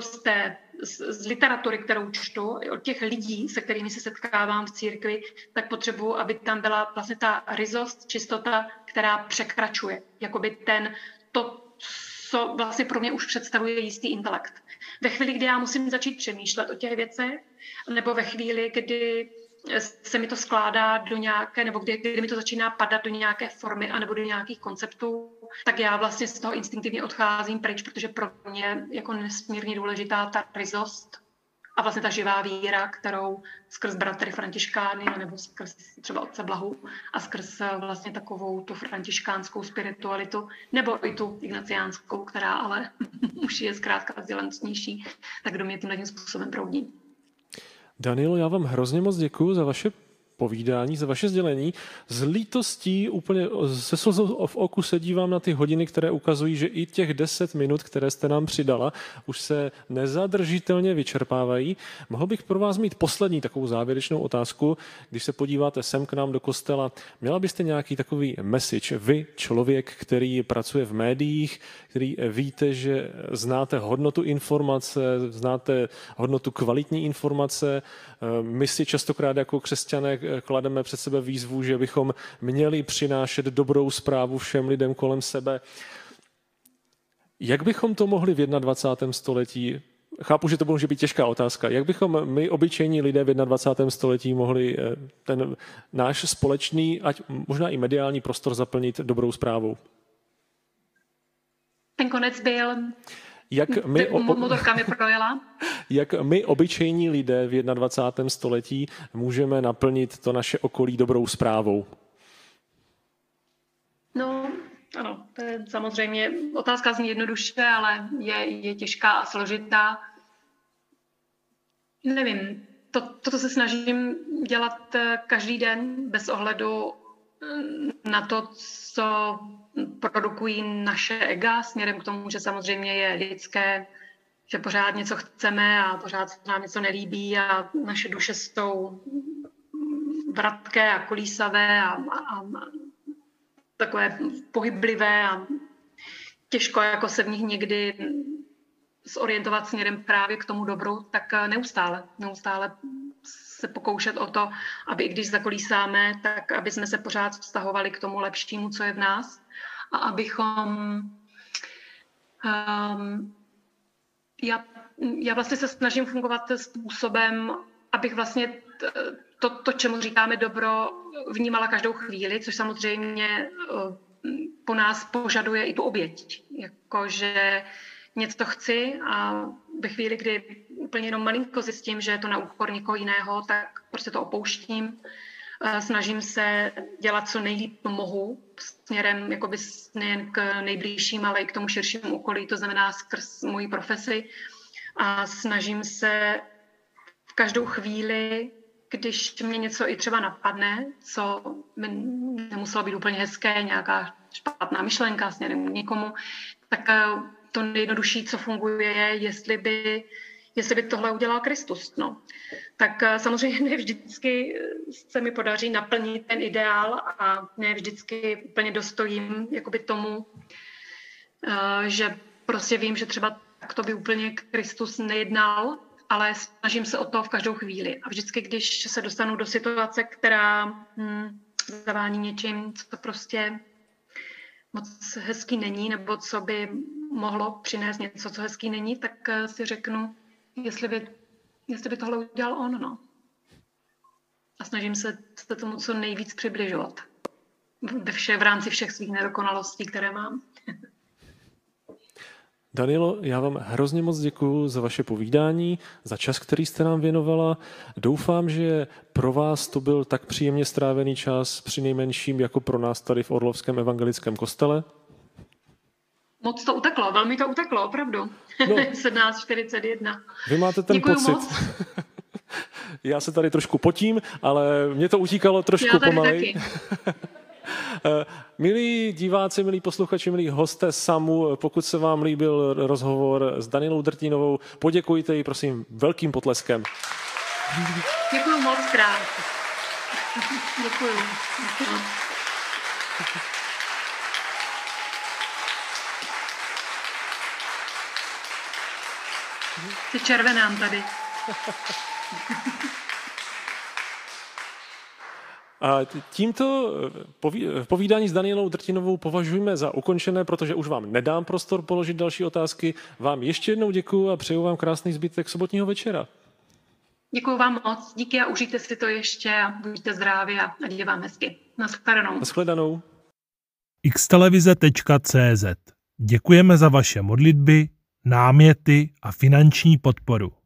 [SPEAKER 3] z literatury, kterou čtu, od těch lidí, se kterými se setkávám v církvi, tak potřebuju, aby tam byla vlastně ta ryzost, čistota, která překračuje. Jakoby to, co vlastně pro mě už představuje jistý intelekt. Ve chvíli, kdy já musím začít přemýšlet o těch věcech, nebo ve chvíli, kdy se mi to skládá do nějaké, nebo kdy mi to začíná padat do nějaké formy anebo do nějakých konceptů, tak já vlastně z toho instinktivně odcházím pryč, protože pro mě jako nesmírně důležitá ta ryzost a vlastně ta živá víra, kterou skrz bratry Františkány nebo skrz třeba otce Blahu a skrz vlastně takovou tu františkánskou spiritualitu nebo i tu ignaciánskou, která ale už je zkrátka vzdělanostnější, tak do mě tímhle způsobem proudí.
[SPEAKER 2] Danielo, já vám hrozně moc děkuju za vaše povídání, za vaše sdělení. S lítostí úplně se slzou v oku se dívám na ty hodiny, které ukazují, že i těch 10 minut, které jste nám přidala, už se nezadržitelně vyčerpávají. Mohl bych pro vás mít poslední takovou závěrečnou otázku. Když se podíváte sem k nám do kostela, měla byste nějaký takový message? Vy, člověk, který pracuje v médiích, který víte, že znáte hodnotu informace, znáte hodnotu kvalitní informace. My si častokrát jako křesťané klademe před sebe výzvu, že bychom měli přinášet dobrou zprávu všem lidem kolem sebe. Jak bychom to mohli v 21. století, chápu, že to může být těžká otázka, jak bychom my, obyčejní lidé v 21. století mohli ten náš společný, ať možná i mediální prostor zaplnit dobrou zprávou?
[SPEAKER 3] Ten konec byl... Motorka mi projela.
[SPEAKER 2] Jak my, obyčejní lidé v 21. století, můžeme naplnit to naše okolí dobrou zprávou?
[SPEAKER 3] No, Ano, to je samozřejmě, otázka zní jednoduše, ale je těžká a složitá. Nevím, toto se snažím dělat každý den bez ohledu na to, co produkují naše ega, směrem k tomu, že samozřejmě je lidské, že pořád něco chceme a pořád se nám něco nelíbí a naše duše jsou vratké a kolísavé a takové pohyblivé a těžko jako se v nich někdy zorientovat směrem právě k tomu dobru, tak neustále se pokoušet o to, aby i když zakolísáme, tak aby jsme se pořád vztahovali k tomu lepšímu, co je v nás a abychom já vlastně se snažím fungovat způsobem, abych vlastně to, čemu říkáme dobro, vnímala každou chvíli, což samozřejmě po nás požaduje i tu oběť. Jakože něco chci a ve chvíli, kdy úplně jenom malinko zjistím, že je to na úkor někoho jiného, tak prostě to opouštím. Snažím se dělat, co nejlíp mohu, směrem jakoby nejen k nejbližším, ale i k tomu širšímu okolí, to znamená skrz moji profesi. A snažím se v každou chvíli, když mě něco i třeba napadne, co by nemuselo být úplně hezké, nějaká špatná myšlenka směrem k někomu, tak to nejjednodušší, co funguje, je, jestli by tohle udělal Kristus. No. Tak samozřejmě ne vždycky se mi podaří naplnit ten ideál a ne vždycky úplně dostojím jakoby tomu, že prostě vím, že třeba takto by úplně Kristus nejednal, ale snažím se o to v každou chvíli. A vždycky, když se dostanu do situace, která zavání něčím, co prostě moc hezký není, nebo co by mohlo přinést něco, co hezký není, tak si řeknu, jestli by tohle udělal on, no. A snažím se tomu co nejvíc přibližovat. V rámci všech svých nedokonalostí, které mám.
[SPEAKER 2] Danielo, já vám hrozně moc děkuju za vaše povídání, za čas, který jste nám věnovala. Doufám, že pro vás to byl tak příjemně strávený čas, přinejmenším jako pro nás tady v Orlovském evangelickém kostele.
[SPEAKER 3] Moc to uteklo, velmi to uteklo, opravdu. No. 17:41.
[SPEAKER 2] Vy máte ten
[SPEAKER 3] děkuju
[SPEAKER 2] pocit.
[SPEAKER 3] Moc.
[SPEAKER 2] Já se tady trošku potím, ale mě to utíkalo trošku pomalej. Milí diváci, milí posluchači, milí hosté SAMu, pokud se vám líbil rozhovor s Danielou Drtinovou, poděkujte jí, prosím, velkým potleskem.
[SPEAKER 3] Děkuju moc krát. Děkuju. Se červenám tady.
[SPEAKER 2] A tímto povídání s Danielou Drtinovou považujeme za ukončené, protože už vám nedám prostor položit další otázky. Vám ještě jednou děkuju a přeju vám krásný zbytek sobotního večera.
[SPEAKER 3] Děkuju vám moc, díky a užijte si to ještě a buďte zdraví a jde vám hezky. Naschledanou.
[SPEAKER 2] Naschledanou.
[SPEAKER 1] xtelevize.cz Děkujeme za vaše modlitby, náměty a finanční podporu.